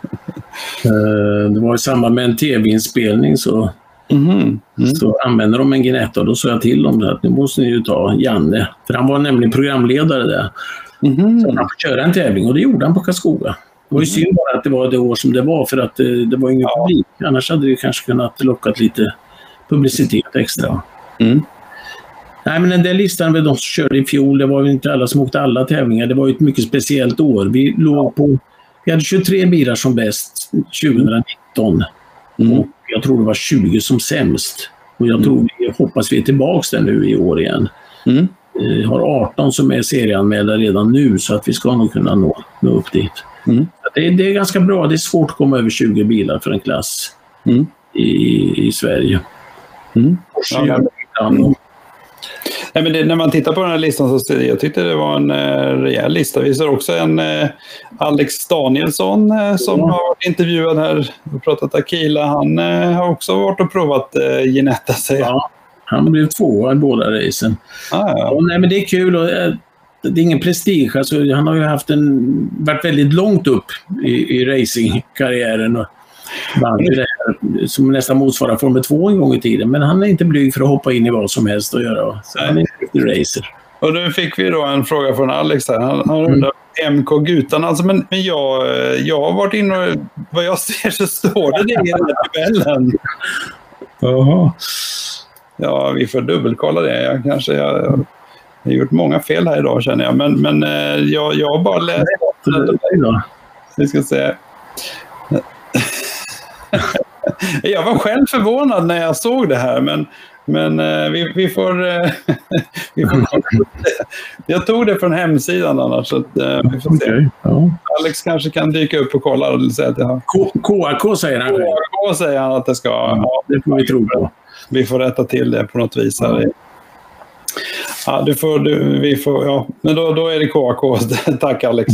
Det var i samband med en tv-inspelning så, mm-hmm. mm. så använde de en Ginetta och då sa jag till dem att nu måste ni ju ta Janne. För han var nämligen programledare där. Mm-hmm. Så han fick köra en tävling och det gjorde han på Karlskoga. Det var ju synd bara att det var det år som det var, för att det, det var ingen ja. publik. Annars hade det kanske kunnat locka lite publicitet extra. Mm. Nej, men den där listan med de som körde i fjol, det var ju inte alla som åkte alla tävlingar. Det var ju ett mycket speciellt år. Vi låg på, vi hade tjugotre bilar som bäst tjugonitton. Mm. Och jag tror det var tjugo som sämst. Och jag tror vi hoppas vi är tillbaka där nu i år igen. Mm. Vi har arton som är serieanmälda redan nu, så att vi ska nog kunna nå, nå upp dit. Mm. Det, är, det är ganska bra. Det är svårt att komma över tjugo bilar för en klass mm. i, i Sverige. Mm. Ja, ja. Ja. Nej, men det, när man tittar på den här listan så jag tyckte det var en eh, rejäl lista. Vi ser också en eh, Alex Danielsson eh, som mm. har varit intervjuad här och pratat Aquila. Han eh, har också varit och provat eh, Ginetta, säger ja, han blev tvåa i båda racen. Ah, ja. Och, nej, men det är kul och eh, det är ingen prestige. Alltså, han har ju haft en, varit väldigt långt upp i, i racingkarriären och vann det här, som nästan motsvarar Formel två en gång i tiden. Men han är inte blyg för att hoppa in i vad som helst och göra. Så han är en racer. Och nu fick vi då en fråga från Alex här. Han, han undrar mm. M K Gutan. Alltså, men, men jag, jag har varit inne och vad jag ser så står det det i den här tabellen. Jaha. Ja, vi får dubbelkolla det. Jag kanske... Jag, jag, jag har gjort många fel här idag, känner jag. Men, men jag, jag har bara läst det. Vi ska se. Jag var själv förvånad när jag såg det här, men, men vi, vi får... vi får jag tog det från hemsidan annars, så att, vi får se. Okay, ja. Alex kanske kan dyka upp och kolla och säga att jag har... K A K säger han. K A K säger han att det ska... Ja, det får vi tro på. Vi får rätta till det på något vis här. Ja. Ja, du får, du, vi får, ja. Men då, då är det K A K. Tack Alex.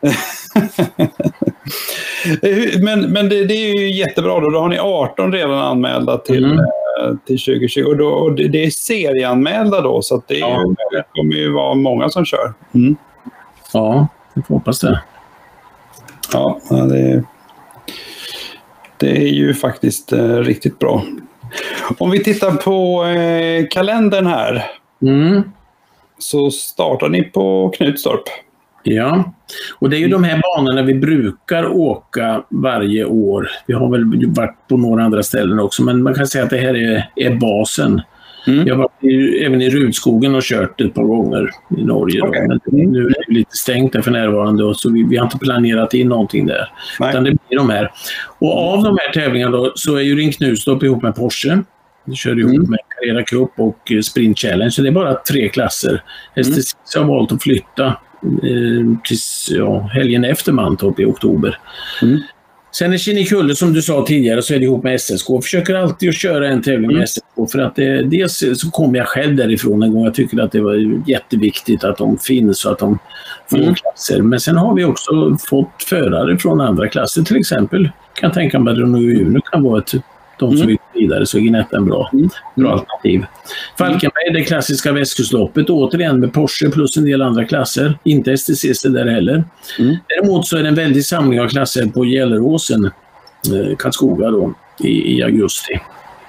men men det, det är ju jättebra då. Då har ni arton redan anmälda till, mm. eh, till tjugo tjugo. Och, då, och det, det är serieanmälda då. Så att det, är ja. ju, det kommer ju vara många som kör. Mm. Ja, jag hoppas det. Ja, det, det är ju faktiskt eh, riktigt bra. Om vi tittar på eh, kalendern här. Mm. Så startar ni på Knutstorp. Ja, och det är ju de här banorna vi brukar åka varje år. Vi har väl varit på några andra ställen också, men man kan säga att det här är, är basen. Mm. Jag har varit i, även i Rudskogen och kört ett par gånger i Norge. Okay. Men nu är det lite stängt där för närvarande, och så vi, vi har inte planerat in någonting där. Nej. Utan det blir de här. Och av de här tävlingarna då, så är ju Ring Knutstorp ihop med Porsche. Vi kör ihop mm. med Carrera Cup och Sprint Challenge, så det är bara tre klasser. Mm. S T C C har valt att flytta eh, tills ja, helgen efter Mantorp i oktober. Mm. Sen är Kinnekulle, som du sa tidigare, så är det ihop med S S K. Jag försöker alltid att köra en tävling med mm. S S K, för att det, dels så kommer jag själv därifrån en gång. Jag tycker att det var jätteviktigt att de finns och att de får mm. klasser. Men sen har vi också fått förare från andra klasser, till exempel. Kan tänka mig att Renault Uno kan vara ett de som mm. vill vidare, så är Ginetta en bra, mm. bra alternativ. Falkenberg, det klassiska västkustloppet, återigen med Porsche plus en del andra klasser. Inte S T C C där heller. Mm. Däremot så är det en väldig samling av klasser på Gelleråsen, eh, Karlskoga då, i, i augusti.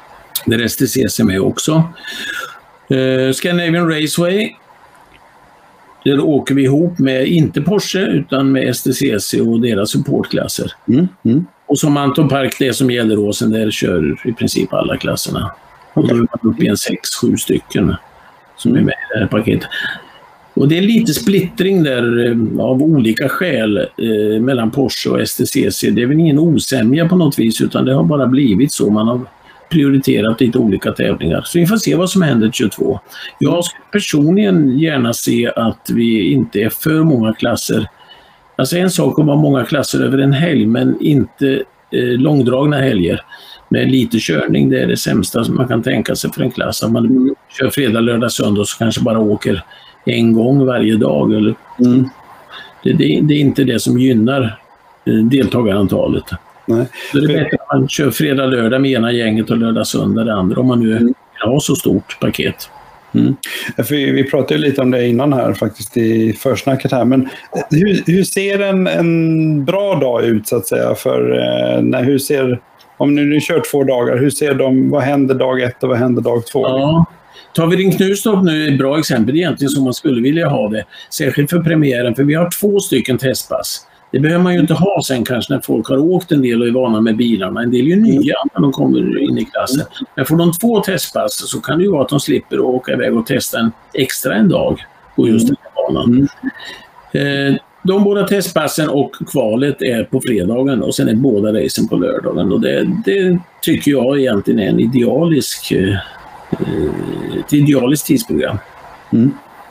Där S T C C är med också. Uh, Scandinavian Raceway. Där åker vi ihop med, inte Porsche, utan med S T C C och deras supportklasser. Mm. Mm. Och som Mantorp Park, det som gäller Åsen, där kör i princip alla klasserna. Och då är man uppe i en sex, sju stycken som är med i det här paketet. Och det är lite splittring där av olika skäl eh, mellan Porsche och S T C C. Det är väl ingen osämja på något vis, utan det har bara blivit så. Man har prioriterat lite olika tävlingar. Så vi får se vad som händer tjugotvå. Jag skulle personligen gärna se att vi inte är för många klasser. Alltså en sak att vara många klasser över en helg, men inte eh, långdragna helger. Med lite körning, det är det sämsta som man kan tänka sig för en klass. Om man kör fredag, lördag, söndag så kanske bara åker en gång varje dag. Eller, mm. det, det, det är inte det som gynnar eh, deltagarantalet. Nej. Så det är bättre att man kör fredag, lördag med ena gänget och lördag, söndag det andra, om man nu mm. har så stort paket. Mm. För vi pratade ju lite om det innan här faktiskt i försnacket här, men hur, hur ser en, en bra dag ut så att säga för eh, när, hur ser, om ni nu kör två dagar, hur ser de, vad händer dag ett och vad händer dag två? Ja. Tar vi Ring Knutstorp nu är ett bra exempel egentligen som man skulle vilja ha det, särskilt för premiären, för vi har två stycken testpass. Det behöver man ju inte ha sen kanske när folk har åkt en del och är vana med bilarna. En del är ju nya när de kommer in i klassen. Men får de två testpass så kan det ju vara att de slipper åka iväg och testa en extra en dag på just den här banan. Mm. De båda testpassen och kvalet är på fredagen och sen är båda racen på lördagen. Och det, det tycker jag egentligen är en idealisk, ett idealiskt tidsprogram. Mm.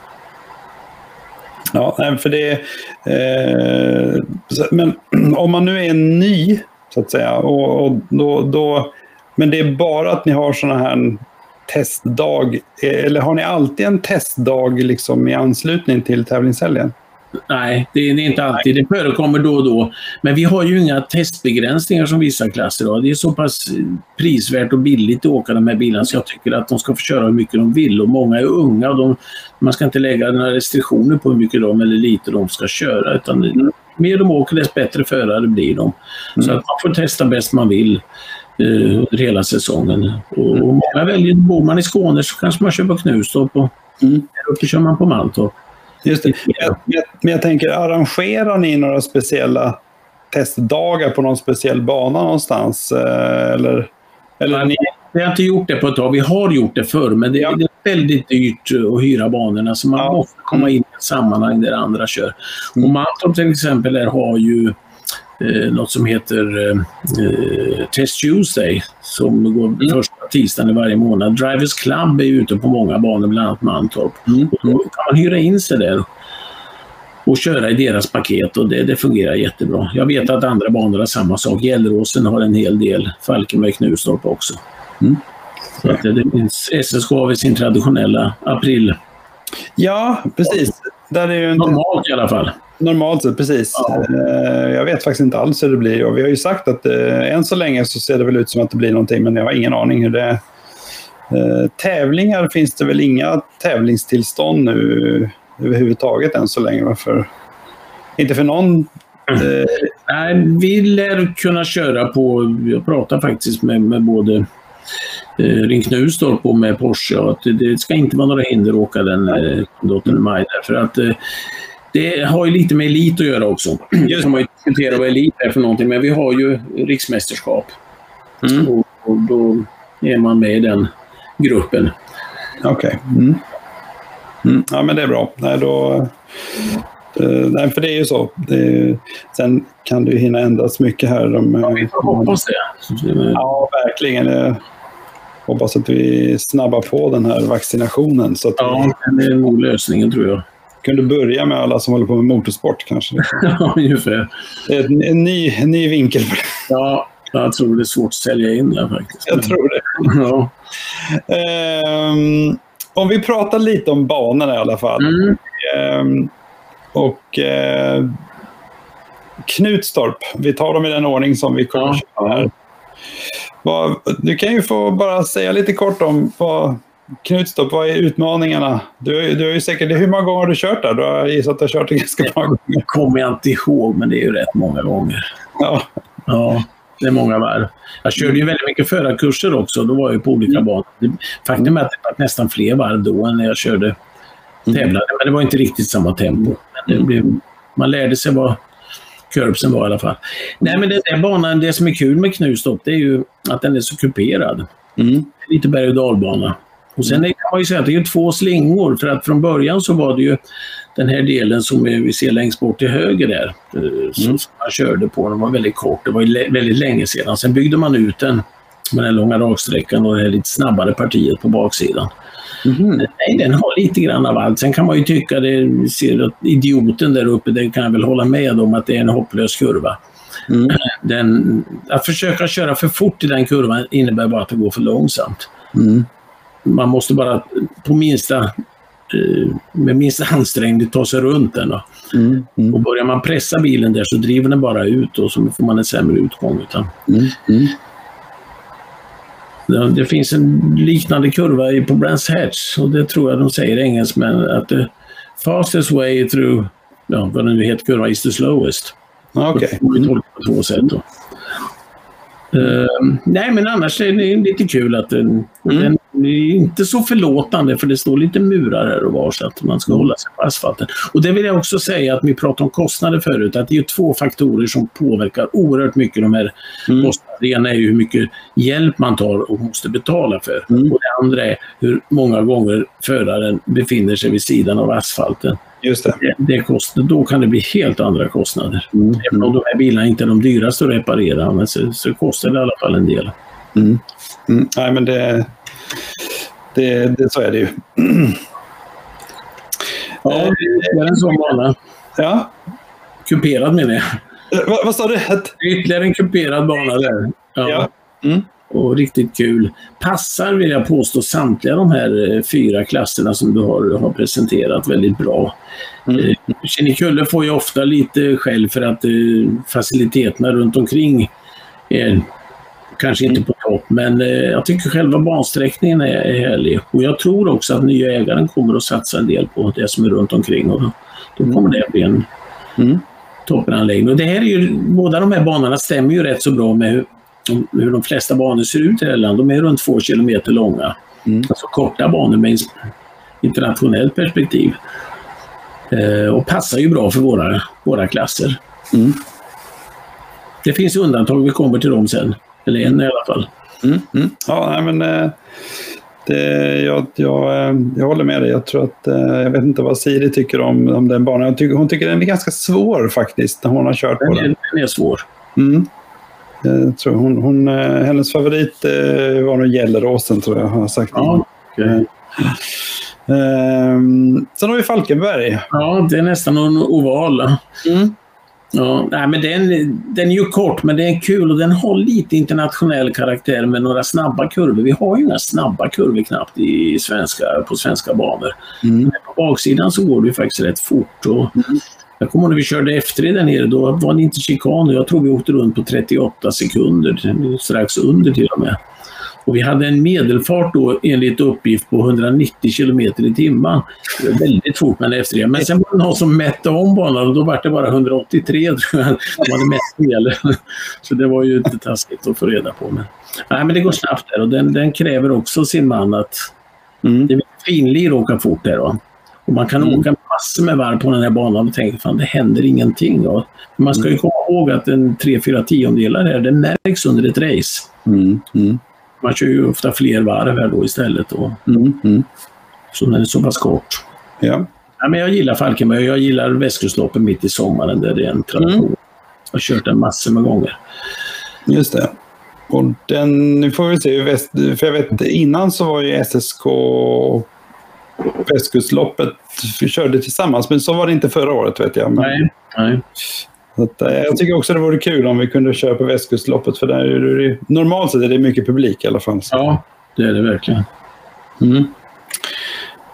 Ja, för det eh, men om man nu är ny så att säga och, och då, då, men det är bara att ni har såna här testdag, eller har ni alltid en testdag liksom i anslutning till tävlingshelgen? Nej, det är inte alltid. Det förekommer då och då. Men vi har ju inga testbegränsningar som vissa klasser har. Det är så pass prisvärt och billigt att åka de här bilarna så jag tycker att de ska få köra hur mycket de vill. Och många är unga och de, man ska inte lägga några restriktioner på hur mycket de eller lite de ska köra. Utan mm. mer de åker, desto bättre förare blir de. Mm. Så att man får testa bäst man vill eh, under hela säsongen. Och, och många väljer, bor man i Skåne så kanske man köper Knutstorp och mm. där uppe kör man på Mantorp. Just det. Men jag, men jag tänker, arrangerar ni några speciella testdagar på någon speciell bana någonstans? Eller, eller Nej, ni... Vi har inte gjort det på ett tag. Vi har gjort det förr, men det, ja. det är väldigt dyrt att hyra banorna. Så man ja. måste komma in i ett sammanhang där andra kör. Mm. Och Mantorp till exempel där har ju eh, något som heter eh, Test Tuesday som går mm. första tisdagen i varje månad. Drivers Club är ute på många banor, bland annat Mantorp. Mm. Och då kan man hyra in sig där och köra i deras paket och det, det fungerar jättebra. Jag vet att andra banor har samma sak. Gelleråsen har en hel del, Falkenberg, Knutstorp också. Mm. Så att det, det finns, S S K har vi sin traditionella april. Ja, precis. Där är ju inte... Normalt i alla fall. Normalt sett, precis. Ja. Jag vet faktiskt inte alls hur det blir. Och vi har ju sagt att eh, än så länge så ser det väl ut som att det blir någonting, men jag har ingen aning hur det är. Eh, tävlingar finns det väl inga tävlingstillstånd nu överhuvudtaget än så länge. Varför? Inte för någon... Eh... Nej, vi lär kunna köra på... Jag pratar faktiskt med, med både eh, Ring Knutstorp och med Porsche. Att det, det ska inte vara några hinder att åka den eh, åttonde maj. För att eh, det har ju lite med elit att göra också. Just som man ju diskuterar vad elit är för någonting. Men vi har ju riksmästerskap. Mm. Och, och då är man med i den gruppen. Okej. Okay. Mm. Mm. Ja, men det är bra. Nej, då... Uh, nej, för det är ju så. Det är, sen kan det ju hinna ändras mycket här. De, ja, vi får hoppas det. Ja, verkligen. Jag hoppas att vi snabbar på den här vaccinationen. Så att ja, vi, det är nog lösningen tror jag. Kunde börja med alla som håller på med motorsport kanske. Ja, ungefär. En, en, ny, en ny vinkel. Ja, jag tror det är svårt att sälja in det faktiskt. Jag tror det. Ja. Um, om vi pratar lite om banorna i alla fall. Mm. Um, och uh, Knutstorp, vi tar dem i den ordning som vi kommer ja. köra här. Vad, du kan ju få bara säga lite kort om vad Knutstorp, vad är utmaningarna? Du, du har ju säkert, hur många gånger har du kört där? Du har gissat att du har kört det ganska många gånger. Det kommer jag inte ihåg, men det är ju rätt många gånger. Ja. Ja. det är många varv. Jag körde ju väldigt mycket förarkurser också. Då var jag på olika mm. banor. Faktum är att det var nästan fler varv då än när jag körde tävlade. Mm. Men det var inte riktigt samma tempo. Men det blev, man lärde sig vad kurbsen var i alla fall. Nej, men den där banan, det som är kul med Knutstorp, det är ju att den är så kuperad. Mm. Lite berg- och dalbana. Och sen kan man ju säga att det är två slingor. För att från början så var det ju den här delen som vi ser längst bort till höger där. Som mm. man körde på. Den var väldigt kort. Det var ju väldigt länge sedan. Sen byggde man ut den med den långa raksträckan och det lite snabbare partiet på baksidan. Mm. Nej, den har lite grann av allt. Sen kan man ju tycka, det ser att idioten där uppe, det kan jag väl hålla med om att det är en hopplös kurva. Mm. Den, att försöka köra för fort i den kurvan innebär bara att det går för långsamt. Mm. Man måste bara på minsta med minsta ansträngning ta sig runt den. Då. Mm. Mm. Och börjar man pressa bilen där så driver den bara ut och så får man en sämre utgång. Utan. Mm. Mm. Det finns en liknande kurva på Brands Hatch och det tror jag de säger engelsmän att the fastest way through, ja, vad den nu heter, kurva is the slowest. Okej. Okay. Vi tolkar på två sätt då. Uh, nej, men annars är det lite kul att den, mm. den är inte så förlåtande, för det står lite murar här och var så att man ska mm. hålla sig på asfalten. Och det vill jag också säga, att vi pratade om kostnader förut, att det är två faktorer som påverkar oerhört mycket de här mm. kostnaderna. Det ena är ju hur mycket hjälp man tar och måste betala för. Mm. Och det andra är hur många gånger föraren befinner sig vid sidan av asfalten. Just det. Det, det kostar, då kan det bli helt andra kostnader. Mm. Även om de här bilarna inte är de dyraste att reparera, men så, så kostar det i alla fall en del. Mm. Mm. Nej, men det, det, det så är det ju. Ja, det är en sån bana. Ja. Kuperad menar jag. Va, vad sa du? Ytterligare en kuperad bana där. Ja. Ja. Mm. Och riktigt kul. Passar, vill jag påstå, samtliga de här fyra klasserna som du har, har presenterat väldigt bra. Mm. Kinnekulle får ju ofta lite skäll för att eh, faciliteterna runt omkring är kanske inte på topp, men eh, jag tycker själva bansträckningen är, är härlig. Och jag tror också att nya ägaren kommer att satsa en del på det som är runt omkring, och då, då kommer det bli en mm. toppenanläggning. Och det här är ju, båda de här banorna stämmer ju rätt så bra med hur hur de flesta banor ser ut i det här landet. De är runt två kilometer långa. Mm. Alltså korta banor med internationellt perspektiv. Eh, och passar ju bra för våra, våra klasser. Mm. Det finns undantag, vi kommer till dem sen. Eller en i alla fall. Mm. Mm. Ja, nej, men eh, det, jag, jag, jag håller med dig. Jag tror att, eh, jag vet inte vad Siri tycker om, om den banan. Jag tycker, hon tycker den är ganska svår faktiskt när hon har kört på den. Den, den är svår. Mm. Jag tror hon, hon, hennes favorit var nog Gelleråsen, tror jag har sagt. Ja, okay. um, sen har vi Falkenberg. Ja, det är nästan en oval. Mm. Ja, nej, men den, den är ju kort, men den är kul och den har lite internationell karaktär med några snabba kurvor. Vi har ju inga snabba kurvor knappt i svenska, på svenska banor. Mm. Men på baksidan så går det ju faktiskt rätt fort. Och mm. jag kommer ihåg när vi körde efter i den nere, då var det inte chikan. Jag tror vi åkte runt på trettioåtta sekunder, strax under till och med. Och vi hade en medelfart då enligt uppgift på hundranittio kilometer i timmen. Det var väldigt fort men efter det. Men sen var det någon som mätte om banan och då var det bara hundraåttiotre, tror jag. De hade mätt fel. Så det var ju inte taskigt att få reda på. Men, nej, men det går snabbt där och den, den kräver också sin man att mm. det är finlir att åka fort där då. Och man kan mm. åka massor med varv på den här banan och tänka, fan, det händer ingenting. Då. Man ska ju komma ihåg att en tre fyra tiondelar här, det märks under ett race. Mm. Mm. Man kör ju ofta fler varv här då istället. Och, mm. Mm. Så den är så pass kort. Ja. Ja, men jag gillar Falkenberg, jag gillar Västkustloppen mitt i sommaren där det är en tradition. Mm. Jag har kört den massor med gånger. Just det. Och den, nu får vi se, för jag vet innan så var ju S S K Västkustloppet, vi körde tillsammans, men så var det inte förra året, vet jag. Men, nej, nej. Så att, jag tycker också det vore kul om vi kunde köra på Västkustloppet, för där är det, normalt sett är det mycket publik i alla fall. Så. Ja, det är det verkligen. Mm.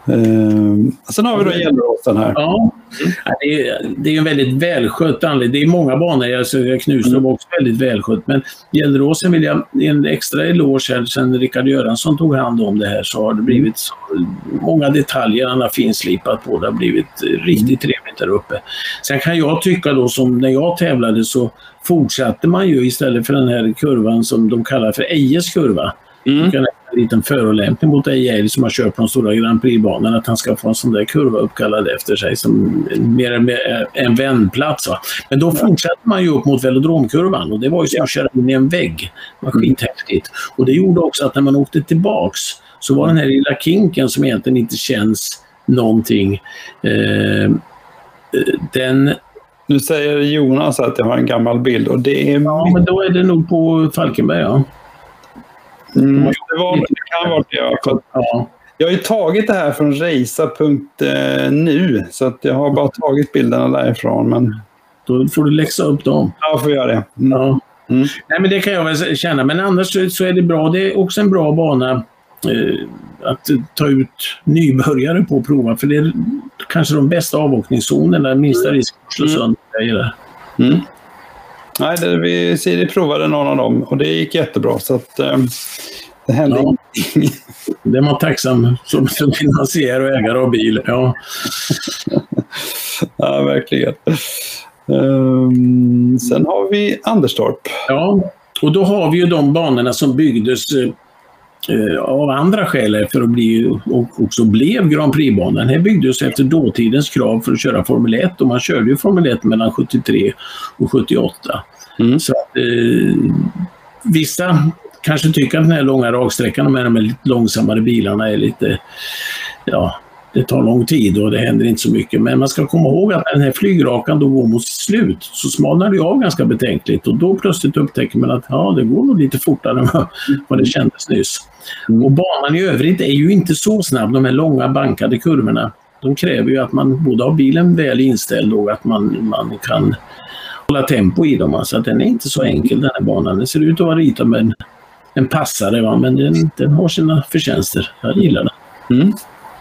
Uh, sen har vi då Gelleråsen här. Ja, det är, det är en väldigt välskött anledning. Det är många banor, alltså Knutström mm. också väldigt välskött. Men Gelleråsen vill jag en extra eloge här. Sen Rickard Göransson tog hand om det här så har det blivit så många detaljer han har finslipat på. Det har blivit riktigt trevligt där uppe. Sen kan jag tycka då som när jag tävlade så fortsatte man ju istället för den här kurvan som de kallar för Ejes kurva. Mm. En liten förolämpning mot Eje som har kört på de stora Grand Prix-banorna att han ska få en sån där kurva uppkallad efter sig som mer en, en vändplats. Va? Men då fortsätter man ju upp mot velodromkurvan och det var ju som att köra in i en vägg. Det var skithäftigt. Och det gjorde också att när man åkte tillbaks så var den här lilla kinken som egentligen inte känns någonting eh, den... Nu säger Jonas att det har en gammal bild och det är... Ja, men då är det nog på Falkenberg, ja. Mm, det, var, det kan vara det. Jag, ja. jag har ju tagit det här från resa punkt nu så att jag har bara tagit bilderna därifrån. Men... Då får du läxa upp dem. Ja, får göra det. Mm. Ja. Mm. Nej, men det kan jag väl känna. Men annars så är det bra. Det är också en bra bana eh, att ta ut nybörjare på att prova. För det är kanske de bästa avåkningszonerna. Minsta risk att slå sönder grejer. Mm. Nej, det, vi Siri provade någon av dem och det gick jättebra så att um, det hände ja. ingenting. Det är man tacksam som, som finansiär och ägare av bil. Ja, ja verkligen. Um, sen har vi Anderstorp. Ja, och då har vi ju de banorna som byggdes eh, av andra skäl för att bli och också blev Grand Prix-banan. Här byggdes efter dåtidens krav för att köra Formel ett och man körde ju Formel ett mellan sjuttiotre och sjuttioåtta. Mm. Så att, eh, vissa kanske tycker att den här långa raksträckan med de här lite långsammare bilarna är lite, ja, det tar lång tid och det händer inte så mycket. Men man ska komma ihåg att när den här flygrakan då går mot slut så smalnar det av ganska betänkligt och då plötsligt upptäcker man att ja, det går nog lite fortare än vad det kändes nyss. Mm. Och banan i övrigt är ju inte så snabb, de här långa bankade kurvorna. De kräver ju att man både har bilen väl inställd och att man, man kan hålla tempo i dem. Så att den är inte så enkel den här banan. Den ser ut att vara ritad med en, en passare, va? Men den, den har sina förtjänster. Jag gillar den. Mm.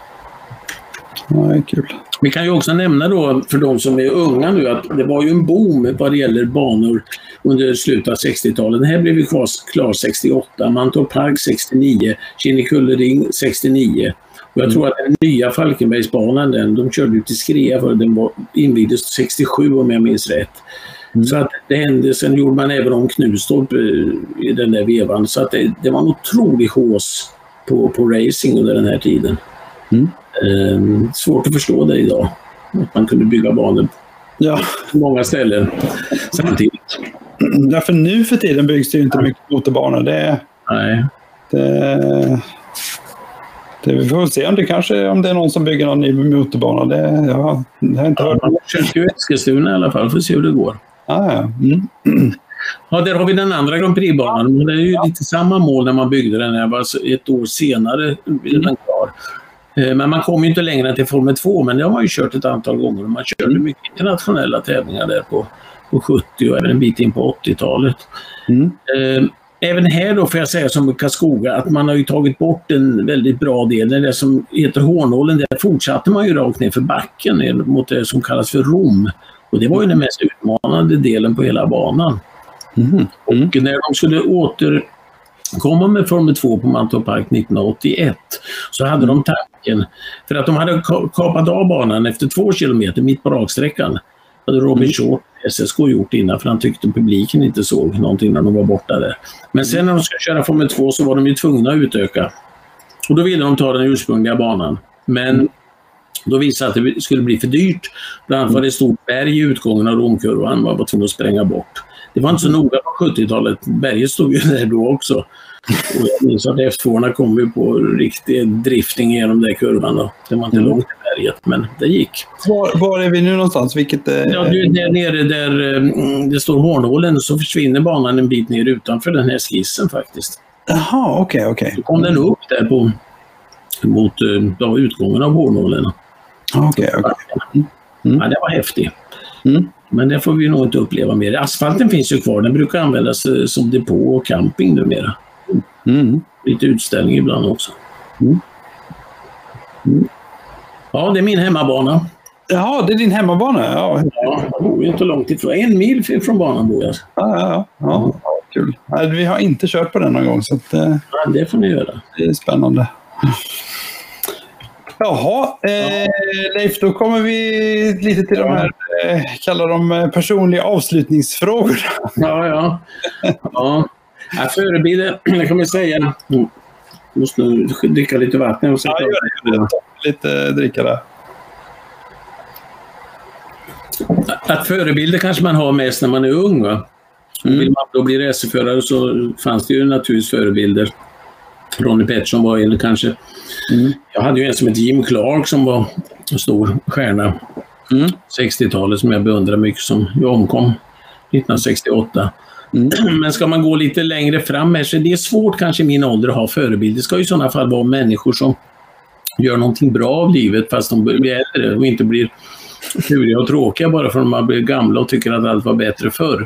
Ja, det är kul. Vi kan ju också nämna då för de som är unga nu att det var ju en boom vad det gäller banor under slutet av sextiotalet. Den här blev ju klar, klar sextioåtta, Mantorp Park sextionio, Kinnekullering sextionio. Och jag tror att den nya Falkenbergsbanan, den, de körde ut till Skrea för den var invigdes sextiosju om jag minns rätt. Mm. Så att det hände, sen gjorde man även om Knutstorp i den där vevan. Så att det, det var en otrolig hås på, på racing under den här tiden. Mm. Eh, svårt att förstå det idag. Att man kunde bygga banor ja. på många ställen samtidigt. Ja, för nu för tiden byggs det ju inte mycket motorbanor. Det, Nej. Det, det, vi får väl se om det kanske om det är någon som bygger någon ny motorbana. Det, ja, det har jag inte ja, hört. Man köper ju Eskilstuna i alla fall för att se hur det går. Ah, ja. Mm. Ja, där har vi den andra Grand Prix-banan. Det är ju lite samma mål när man byggde den här. Var ett år senare blev den klar. Men man kom ju inte längre än till Formel två, men det har man ju kört ett antal gånger. Man körde mycket internationella tävlingar där på, på sjuttio och även en bit in på åttiotalet. Mm. Även här då får jag säga som Karlskoga att man har ju tagit bort en väldigt bra del. Det som heter Hårnålen, där fortsatte man ju rakt ner för backen mot det som kallas för Rom. Och det var ju den mest utmanande delen på hela banan. Mm. Mm. Och när de skulle återkomma med Formel två på Mantorp Park nittonhundraåttioett så hade de tanken, för att de hade kapat av banan efter två kilometer mitt på raksträckan. Det hade Robin mm. Short, S S K, gjort innan för han tyckte publiken inte såg någonting när de var borta där. Men sen när de ska köra Formel två så var de ju tvungna att utöka. Och då ville de ta den ursprungliga banan. Men mm. då visade att det skulle bli för dyrt. Bland annat var det ett stort berg i utgången av Romkurvan. Man var tvungen att spränga bort. Det var inte så noga på sjuttiotalet. Berget stod ju där då också. Och jag minns att F två-orna kom ju på riktig drifting genom den kurvan. Då. Det var inte mm. långt i berget, men det gick. Var, var är vi nu någonstans? Vilket, eh... Ja, du, där nere där mm, det står Hårnålen så försvinner banan en bit ner utanför den här skissen faktiskt. Jaha, okej, okay, okej. Okay. Så kom den upp där på mot ja, utgången av Hårnålen. Okej, okay, okej. Okay. Mm. Ja, det var häftigt. Mm. Men det får vi nog inte uppleva mer. Asfalten finns ju kvar. Den brukar användas som depå och camping numera. Mm. Lite utställning ibland också. Mm. Mm. Ja, det är min hemmabana. Jaha, det är din hemmabana? Ja, ja jag bor ju inte långt ifrån. En mil från banan bor jag. Ja, ja, ja. ja kul. Nej, vi har inte kört på den någon gång. Så att, eh, ja, det får ni göra. Det är spännande. Jaha, eh, Leif, då kommer vi lite till de här, eh, kallar de personliga avslutningsfrågor. Ja, ja. ja. ja förebilder, det kan man säga. Jag måste nu dricka lite vatten. Och ja, gör det. Lite dricka där. Att förebilder kanske man har mest när man är ung, va? Mm. Vill man då bli racerförare så fanns det ju naturligtvis förebilder. Ronnie Peterson var en kanske. Mm. Jag hade ju en som heter Jim Clark som var en stor stjärna. Mm. sextiotalet som jag beundrar mycket, som jag omkom nittonhundrasextioåtta. Mm. Men ska man gå lite längre fram här så det är svårt kanske i min ålder att ha förebilder. Det ska ju i sådana fall vara människor som gör någonting bra av livet fast de blir äldre och inte blir turiga och tråkiga bara för att man blir gamla och tycker att allt var bättre förr.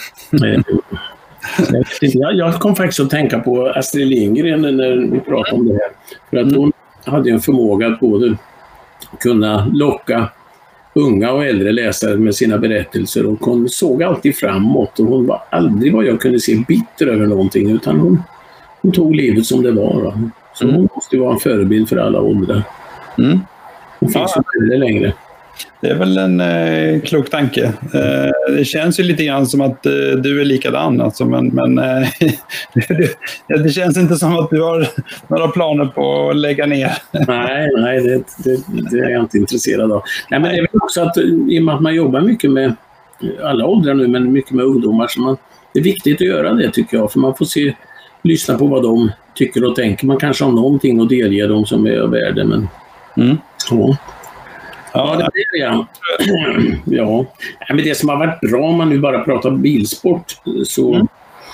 jag, jag kom faktiskt att tänka på Astrid Lindgren när vi pratade om det här. För att hon hade en förmåga att både kunna locka unga och äldre läsare med sina berättelser, och hon såg alltid framåt och hon var aldrig vad jag kunde se bitter över någonting, utan hon, hon tog livet som det var. Då. Så mm. hon måste ju vara en förebild för alla åldrar. Mm. Hon finns ja. inte längre. Det är väl en eh, klok tanke. Eh, det känns ju lite grann som att eh, du är likadan. Alltså, men men eh, det, det känns inte som att du har några planer på att lägga ner. Nej, nej det, det, det är jag inte intresserad av. Nej, men det är väl också att i och med att man jobbar mycket med alla åldrar nu, men mycket med ungdomar, så man, det är viktigt att göra det tycker jag. För man får se, lyssna på vad de tycker och tänker. Man kanske har någonting att delge dem som är av värde. Men, mm. ja. Ja, det blir det. Ja. Men det som har varit bra, om man nu bara pratar bilsport, så mm.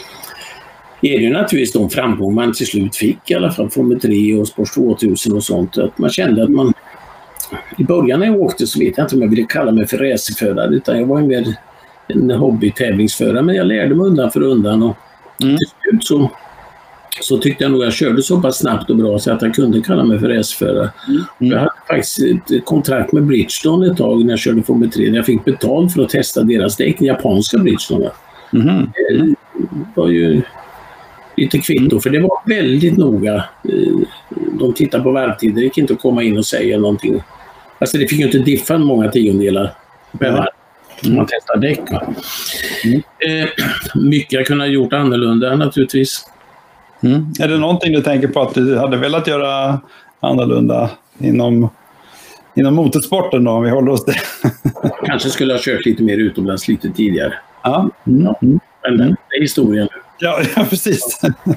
är det ju naturligtvis de framgångar man till slut fick, i alla fall Formel tre och Sport tvåtusen och sånt. Att man kände att man, i början när jag åkte så vet jag inte om jag ville kalla mig för racerförare, utan jag var ju mer en hobbytävlingsförare, men jag lärde mig undan för undan och mm. till slut så så tyckte jag nog jag körde så pass snabbt och bra så att jag kunde kalla mig för racerförare. Mm. Jag hade faktiskt ett kontrakt med Bridgestone ett tag när jag körde Formel tre. Jag fick betalt för att testa deras däck, japanska Bridgestone. Mm. Det var ju lite kvitto, för det var väldigt noga. De tittade på varvtider, det gick inte att komma in och säga någonting. Alltså det fick ju inte diffa många tiondelar per varv. Mm. Man testar däck. Mm. Eh, mycket jag kunde ha gjort annorlunda naturligtvis. Mm. Är det någonting du tänker på att du hade velat göra annorlunda inom, inom motorsporten då, om vi håller oss det? Kanske skulle ha kört lite mer utomlands lite tidigare. Ja. Mm. Ja. Men det är historien nu. Ja, ja precis.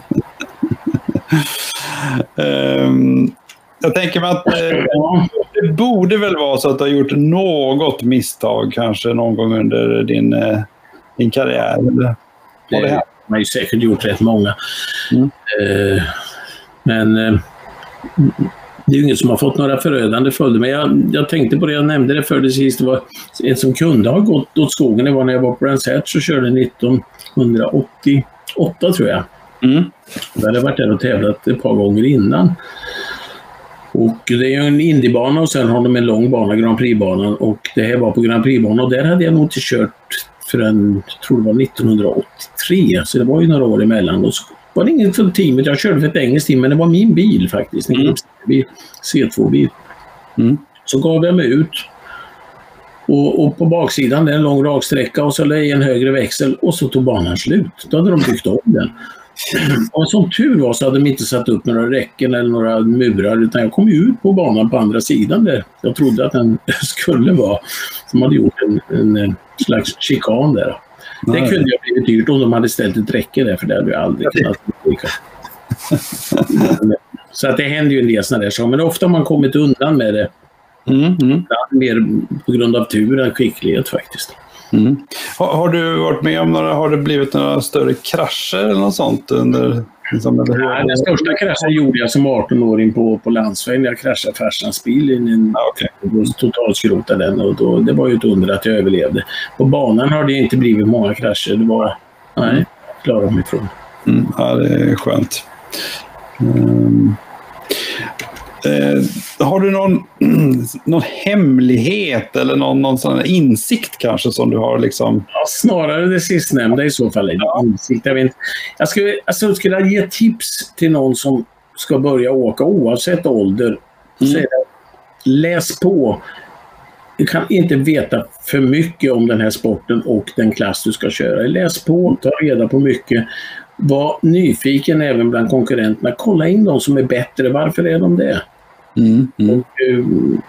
um, jag tänker mig att uh, det borde väl vara så att du har gjort något misstag kanske någon gång under din, uh, din karriär. Eller? Det, det man har ju säkert gjort rätt många. Mm. Uh, men uh, det är ju inget som har fått några förödande följder. Men jag, jag tänkte på det, jag nämnde det för det sist. Det var en som kunde ha gått åt skogen. Det var när jag var på Brands Hatch och körde nittonhundraåttioåtta tror jag. Mm. Jag hade varit där och tävlat ett par gånger innan. Och det är ju en Indiebana och sen har de en lång bana, Grand Prix-banan. Och det här var på Grand Prix-banan och där hade jag nog inte kört förrän, jag tror det var nittonhundraåttiotre. Så det var ju några år emellan. Och så var det inget för teamet, jag körde för ett engelskt team, men det var min bil faktiskt. En mm. C två-bil. Mm. Så gav jag mig ut. Och, och på baksidan det är en lång raksträcka och så lade jag en högre växel och så tog banan slut. Då hade de byggt om den. Och som tur var så hade de inte satt upp några räcken eller några murar, utan jag kom ut på banan på andra sidan där. Jag trodde att den skulle vara. De hade gjort en, en slags chikan där. Nej. Det kunde jag blivit dyrt om de hade ställt ett räcke där, för det hade jag aldrig kunnat lyckas. Så att det händer ju en del sådana där saker, men ofta har man kommit undan med det. Mm, mm. Mer på grund av tur än skicklighet faktiskt. Mm. Har, har du varit med om några, har det blivit några större krascher eller något sånt under liksom, eller ja, den största kraschen gjorde jag som arton-åring på, på landsvägen. Jag kraschade farsans bil i en ah, okay. totalskrotade den och då, det var ju ett under att jag överlevde. På banan har det inte blivit många krascher. Det var, nej, klarade mig ifrån. Mm, ja, det är skönt. Um. Eh, har du någon, någon hemlighet eller någon, någon sån insikt kanske som du har liksom? Ja, snarare det sistnämnda i så fall. Ja. Insikt, jag, vet. jag skulle, alltså, jag skulle ge tips till någon som ska börja åka oavsett ålder. Mm. Så är det, läs på. Du kan inte veta för mycket om den här sporten och den klass du ska köra. Läs på, ta reda på mycket. Var nyfiken även bland konkurrenterna. Kolla in de som är bättre. Varför är de det? Mm, mm. Och, uh,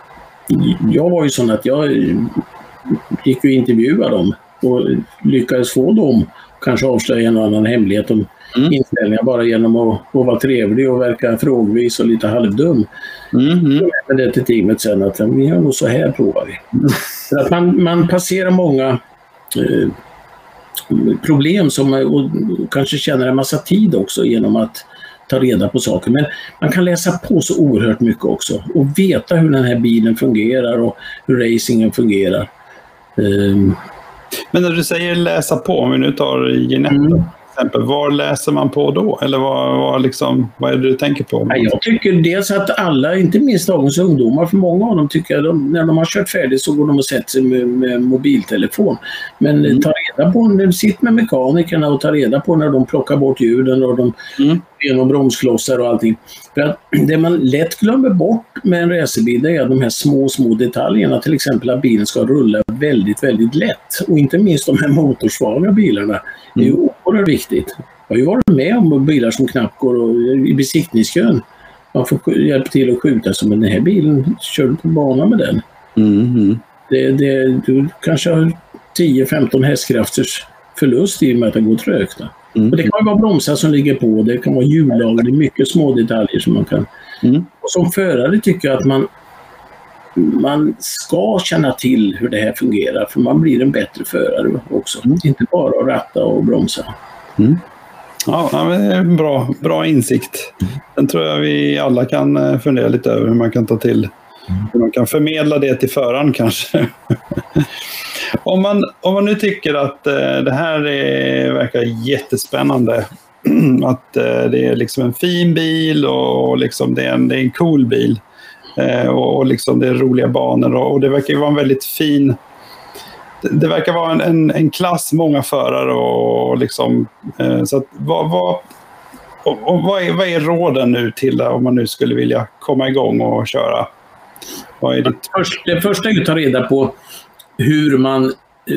jag var ju sån att jag gick och intervjuade dem och lyckades få dem kanske avslöja en annan hemlighet om mm. inställningar bara genom att, att vara trevlig och verka frågvis och lite halvdum. Mm, mm. Men det till teamet sen att vi gör nog så här, provar vi. Mm. För att man, man passerar många uh, problem som och kanske känner en massa tid också genom att ta reda på saker. Men man kan läsa på så oerhört mycket också och veta hur den här bilen fungerar och hur racingen fungerar. Um. Men när du säger läsa på, om vi nu tar Ginetta mm. till exempel, var läser man på då? Eller vad, vad, liksom, vad är det du tänker på? Ja, jag tycker dels att alla, inte minst dagens ungdomar, för många av dem tycker att när de har kört färdigt så går de och sätter sig med, med mobiltelefon. Men mm. ta reda på, sitt med mekanikerna och ta reda på när de plockar bort ljuden och de mm. genom bromsklossar och allting. För att det man lätt glömmer bort med en racerbil är de här små, små detaljerna. Till exempel att bilen ska rulla väldigt, väldigt lätt. Och inte minst de här motorsvaga bilarna är ju mm. oerhört viktigt. Jag har ju varit med om bilar som knappt går och, i besiktningskön. Man får hjälpa till att skjuta, som den här bilen kör på bana med den. Mm. Det, det, du kanske har tio femton hästkrafters förlust i och med att det går trögt. Mm. Och det kan vara bromsar som ligger på, det kan vara hjullager, det är mycket små detaljer som man kan. Mm. Och som förare tycker jag att man, man ska känna till hur det här fungerar, för man blir en bättre förare också. Mm. Inte bara att ratta och bromsa. Mm. Ja, det är en bra, bra insikt. Den tror jag vi alla kan fundera lite över hur man kan ta till. Hur man kan förmedla det till föraren kanske. Om man, om man nu tycker att eh, det här är, verkar jättespännande, att eh, det är liksom en fin bil och, och liksom det, är en, det är en cool bil eh, och, och liksom det är roliga banor och, och det verkar ju vara en väldigt fin, det, det verkar vara en, en, en klass, många förare och, och liksom, eh, så att vad, vad, och, och vad, är, vad är råden nu till om man nu skulle vilja komma igång och köra? Vad är det? Först, det första är att ta reda på hur man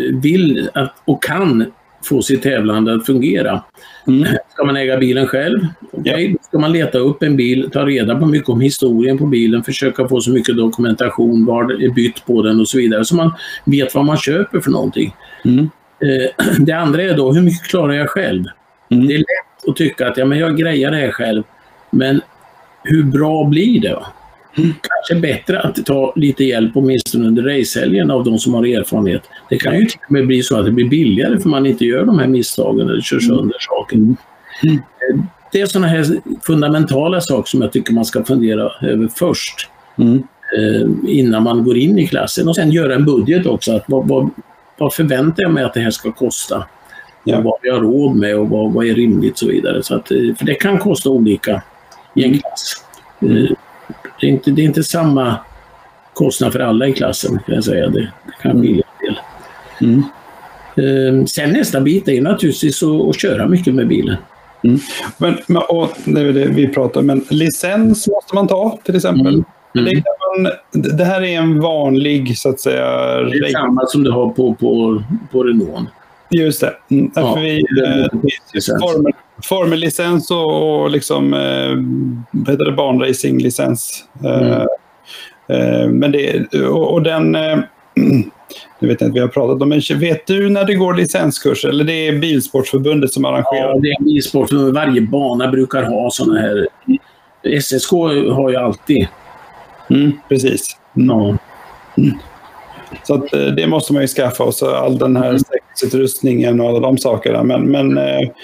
vill att, och kan få sitt tävlande att fungera. Mm. Ska man äga bilen själv? Okay. Ja. Ska man leta upp en bil, ta reda på mycket om historien på bilen, försöka få så mycket dokumentation, var det är bytt på den och så vidare, så man vet vad man köper för någonting. Mm. Det andra är då, hur mycket klarar jag själv? Mm. Det är lätt att tycka att ja, men jag grejar det här själv, men hur bra blir det? Mm. Kanske bättre att ta lite hjälp åtminstone under racehelgen av de som har erfarenhet. Det kan ju till och med bli så att det blir billigare för man inte gör de här misstagen eller kör sönder saken. Mm. Det är sådana här fundamentala saker som jag tycker man ska fundera över först mm. innan man går in i klassen, och sen göra en budget också. Att vad, vad, vad förväntar jag mig att det här ska kosta? Ja. Och vad jag har råd med och vad, vad är rimligt och så vidare. Så att, för det kan kosta olika i en klass. Mm. Det är, inte, det är inte samma kostnad för alla i klassen, kan jag säga. Det, det kan bli en del. Mm. Eh, sen nästa bit är naturligtvis att, att köra mycket med bilen. Mm. Men, men, och det är det vi pratar om, men licens måste man ta till exempel. Mm. Mm. Det, kan man, det här är en vanlig, så att säga... Det är samma som du har på, på, på Renault. Just det. Mm. Ja, vi, eh, formel, formellicens och, och liksom, eh, vad heter det, banracinglicens. Mm. Eh, eh, men det, och, och den, eh, jag vet inte, vi har pratat om, men vet du när det går licenskurs? Eller det är Bilsportförbundet som arrangerar? Ja, det är Bilsportförbundet. Varje bana brukar ha sådana här. S S K har ju alltid. Mm, precis. Mm. Ja. Mm. Så att, det måste man ju skaffa oss, all den här säkerhetsutrustningen och alla de sakerna. Men, men,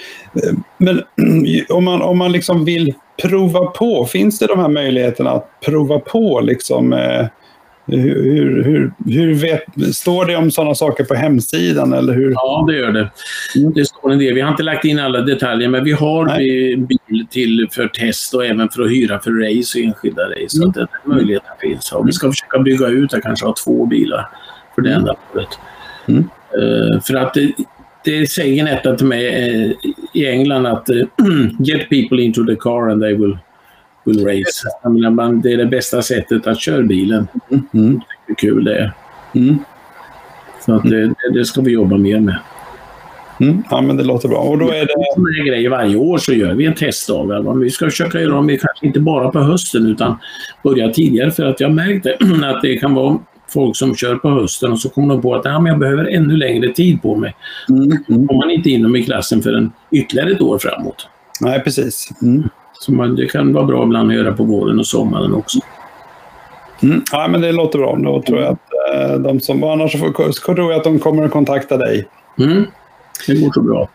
men om man, om man liksom vill prova på, finns det de här möjligheterna att prova på liksom, hur, hur, hur vet, står det om sådana saker på hemsidan? Eller hur? Ja, det gör det. Det står en del. Vi har inte lagt in alla detaljer, men vi har Nej. bil till för test och även för att hyra för race och enskilda race. Mm. Så att den möjligheten finns. Och vi ska försöka bygga ut att kanske ha två bilar för det enda året. Mm. Uh, för att det, det säger Ginetta till mig uh, i England att uh, get people into the car and they will will race. Jag menar, man, det är det bästa sättet att köra bilen. Mm. Det är kul det är. Mm. Så att det, det ska vi jobba mer med. Mm. Ja, men det låter bra. Och då är det... det är grejer varje år så gör vi en testdag. Vi ska försöka göra dem kanske inte bara på hösten utan börja tidigare för att jag märkte att det kan vara folk som kör på hösten och så kommer de på att ah, men jag behöver ännu längre tid på mig. Mm. Mm. Kommer man inte inom i klassen för en ytterligare ett år framåt. Nej, precis. Mm. Så man, det kan vara bra ibland att göra på våren och sommaren också. Mm. Ja, men det låter bra. Då tror jag att eh, de som annars får, så tror jag att de kommer att kontakta dig. Mm. Det går så bra.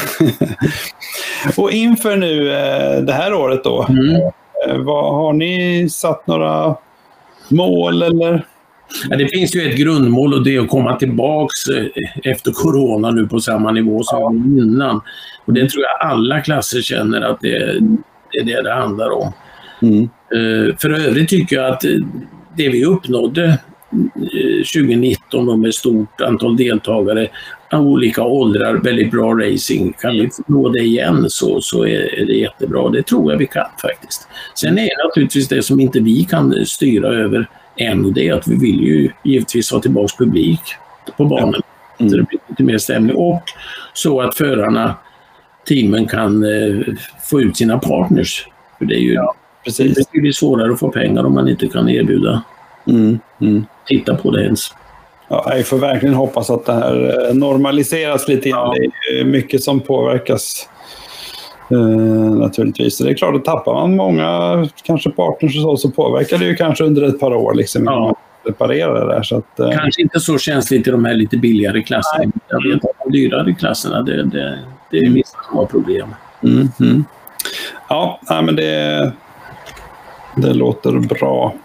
Och inför nu eh, det här året då, mm. eh, vad, har ni satt några mål eller? Ja, det finns ju ett grundmål och det är att komma tillbaks efter corona nu på samma nivå som ja. innan. Och det tror jag alla klasser känner att det är det är det, det handlar om. Mm. Uh, för övrigt tycker jag att det vi uppnådde uh, tjugonitton med stort antal deltagare av olika åldrar, väldigt bra racing. Kan vi nå det igen så, så är, är det jättebra. Det tror jag vi kan faktiskt. Sen är det naturligtvis det som inte vi kan styra över än och det är att vi vill ju givetvis ha tillbaka publik på banan. Mm. Så det blir lite mer stämning och så att förarna, teamen kan eh, få ut sina partners. För det är ju ja, precis. Det blir svårare att få pengar om man inte kan erbjuda. Mm. Mm. Titta på det ens. Ja, jag får verkligen hoppas att det här normaliseras lite grann. Ja. Det är mycket som påverkas. Uh, naturligtvis. Så det är klart att tappar man många kanske partners och så, så påverkar det ju kanske under ett par år liksom, ja. man reparerar det där. Så att, uh... kanske inte så känsligt i de här lite billigare klasserna. Nej. Jag vet att de dyrare klasserna det, det, det är vissa som har problem. Mm. Mm. Ja, nej, men det, det låter bra.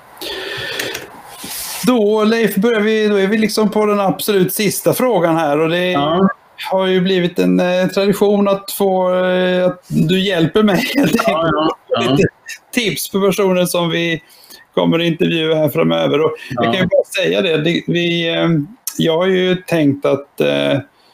Då Leif, börjar vi, då är vi liksom på den absolut sista frågan här och det är ja. har ju blivit en eh, tradition att få eh, att du hjälper mig helt enkelt. Ja, ja, ja. Lite tips på personer som vi kommer att intervjua här framöver. Och ja. Jag kan ju bara säga det. det vi, eh, jag har ju tänkt att eh,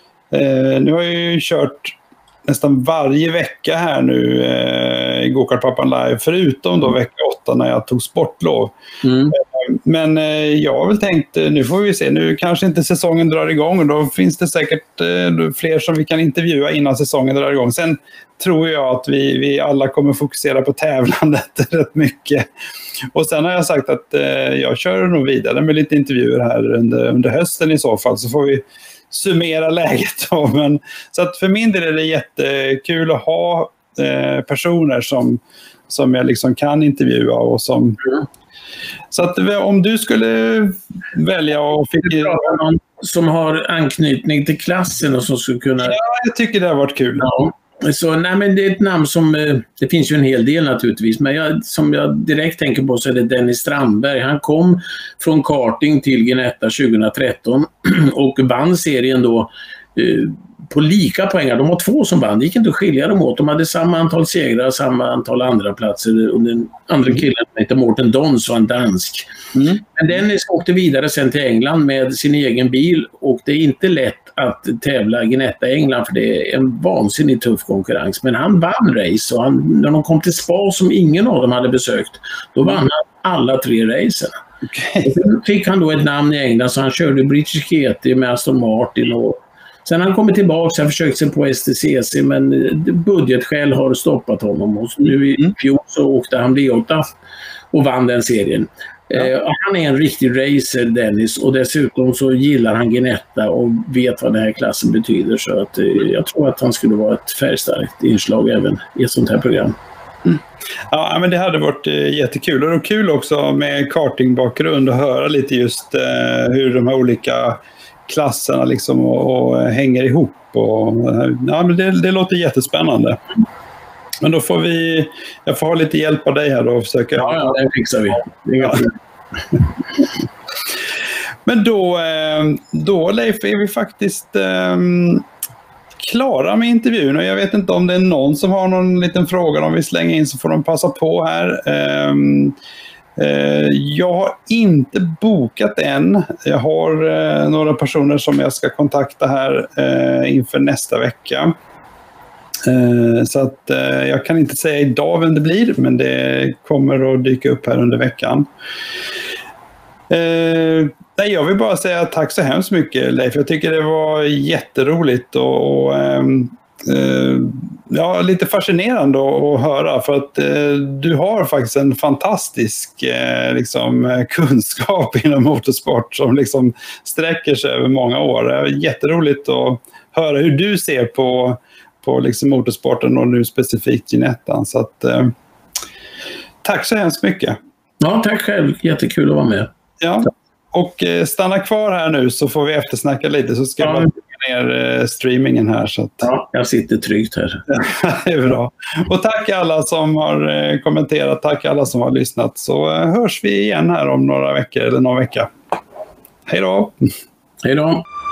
eh, nu har jag ju kört nästan varje vecka här nu eh, i Go-Kart-Pappan Live förutom då vecka åtta när jag tog sportlov. Mm. Men eh, jag har väl tänkt, nu får vi se, nu kanske inte säsongen drar igång och då finns det säkert eh, fler som vi kan intervjua innan säsongen drar igång. Sen tror jag att vi, vi alla kommer fokusera på tävlandet rätt mycket. Och sen har jag sagt att eh, jag kör nog vidare med lite intervjuer här under, under hösten i så fall, så får vi summera läget då. Men, så att för min del är det jättekul att ha eh, personer som, som jag liksom kan intervjua och som... Mm. Så att om du skulle välja och fick... någon som har anknytning till klassen och som skulle kunna... Ja, jag tycker det har varit kul. Ja. Så, nej, men det är ett namn som, det finns ju en hel del naturligtvis, men jag, som jag direkt tänker på så är det Dennis Strandberg. Han kom från karting till Ginetta tjugohundratretton och vann serien då eh, på lika poängar. De var två som vann, det gick inte att skilja dem åt. De hade samma antal segrar, samma antal andra platser och den andra killen heter Morten Dons och en dansk. Mm. Men Dennis åkte vidare sen till England med sin egen bil och det är inte lätt att tävla i Ginetta England för det är en vansinnigt tuff konkurrens. Men han vann race och han, när de kom till Spa som ingen av dem hade besökt, då vann han alla tre racerna. Okay. Sen fick han då ett namn i England så han körde British G T med Aston Martin och sen han kommit tillbaka och försökt sig på S T C C men budgetskäl har stoppat honom och nu i fjol så åkte han V åtta och vann den serien. Ja. Eh, han är en riktig racer, Dennis, och dessutom så gillar han Ginetta och vet vad den här klassen betyder så att eh, jag tror att han skulle vara ett färgstarkt inslag även i ett sånt här program. Mm. Ja, men det hade varit eh, jättekul och det är kul också med kartingbakgrund och höra lite just eh, hur de här olika klasserna liksom och, och hänger ihop och ja, men det, det låter jättespännande. Men då får vi jag får ha lite hjälp av dig här då och försöka. Ja, ja, det fixar vi. Det är ja. Men då, då Leif, är vi faktiskt um, klara med intervjun. Och jag vet inte om det är någon som har någon liten fråga de vill slänga in, så får de passa på här. Um, uh, jag har inte bokat än. Jag har uh, några personer som jag ska kontakta här uh, inför nästa vecka. Uh, så att uh, jag kan inte säga idag vem det blir, men det kommer att dyka upp här under veckan. Uh, nej, jag vill bara säga tack så hemskt mycket, Leif. Jag tycker det var jätteroligt och, och um, uh, ja, lite fascinerande att, att höra, för att uh, du har faktiskt en fantastisk uh, liksom, kunskap inom motorsport som liksom sträcker sig över många år. Det är jätteroligt att höra hur du ser på, på liksom motorsporten och nu specifikt Ginettan. Så att, uh, tack så hemskt mycket. Ja, tack själv. Jättekul att vara med. Ja, och stanna kvar här nu så får vi eftersnacka lite, så ska ja. jag bara bygga ner streamingen här. Så att... Ja, jag sitter tryggt här. Det är bra. Och tack alla som har kommenterat, tack alla som har lyssnat, så hörs vi igen här om några veckor eller någon vecka. Hej då! Hej då!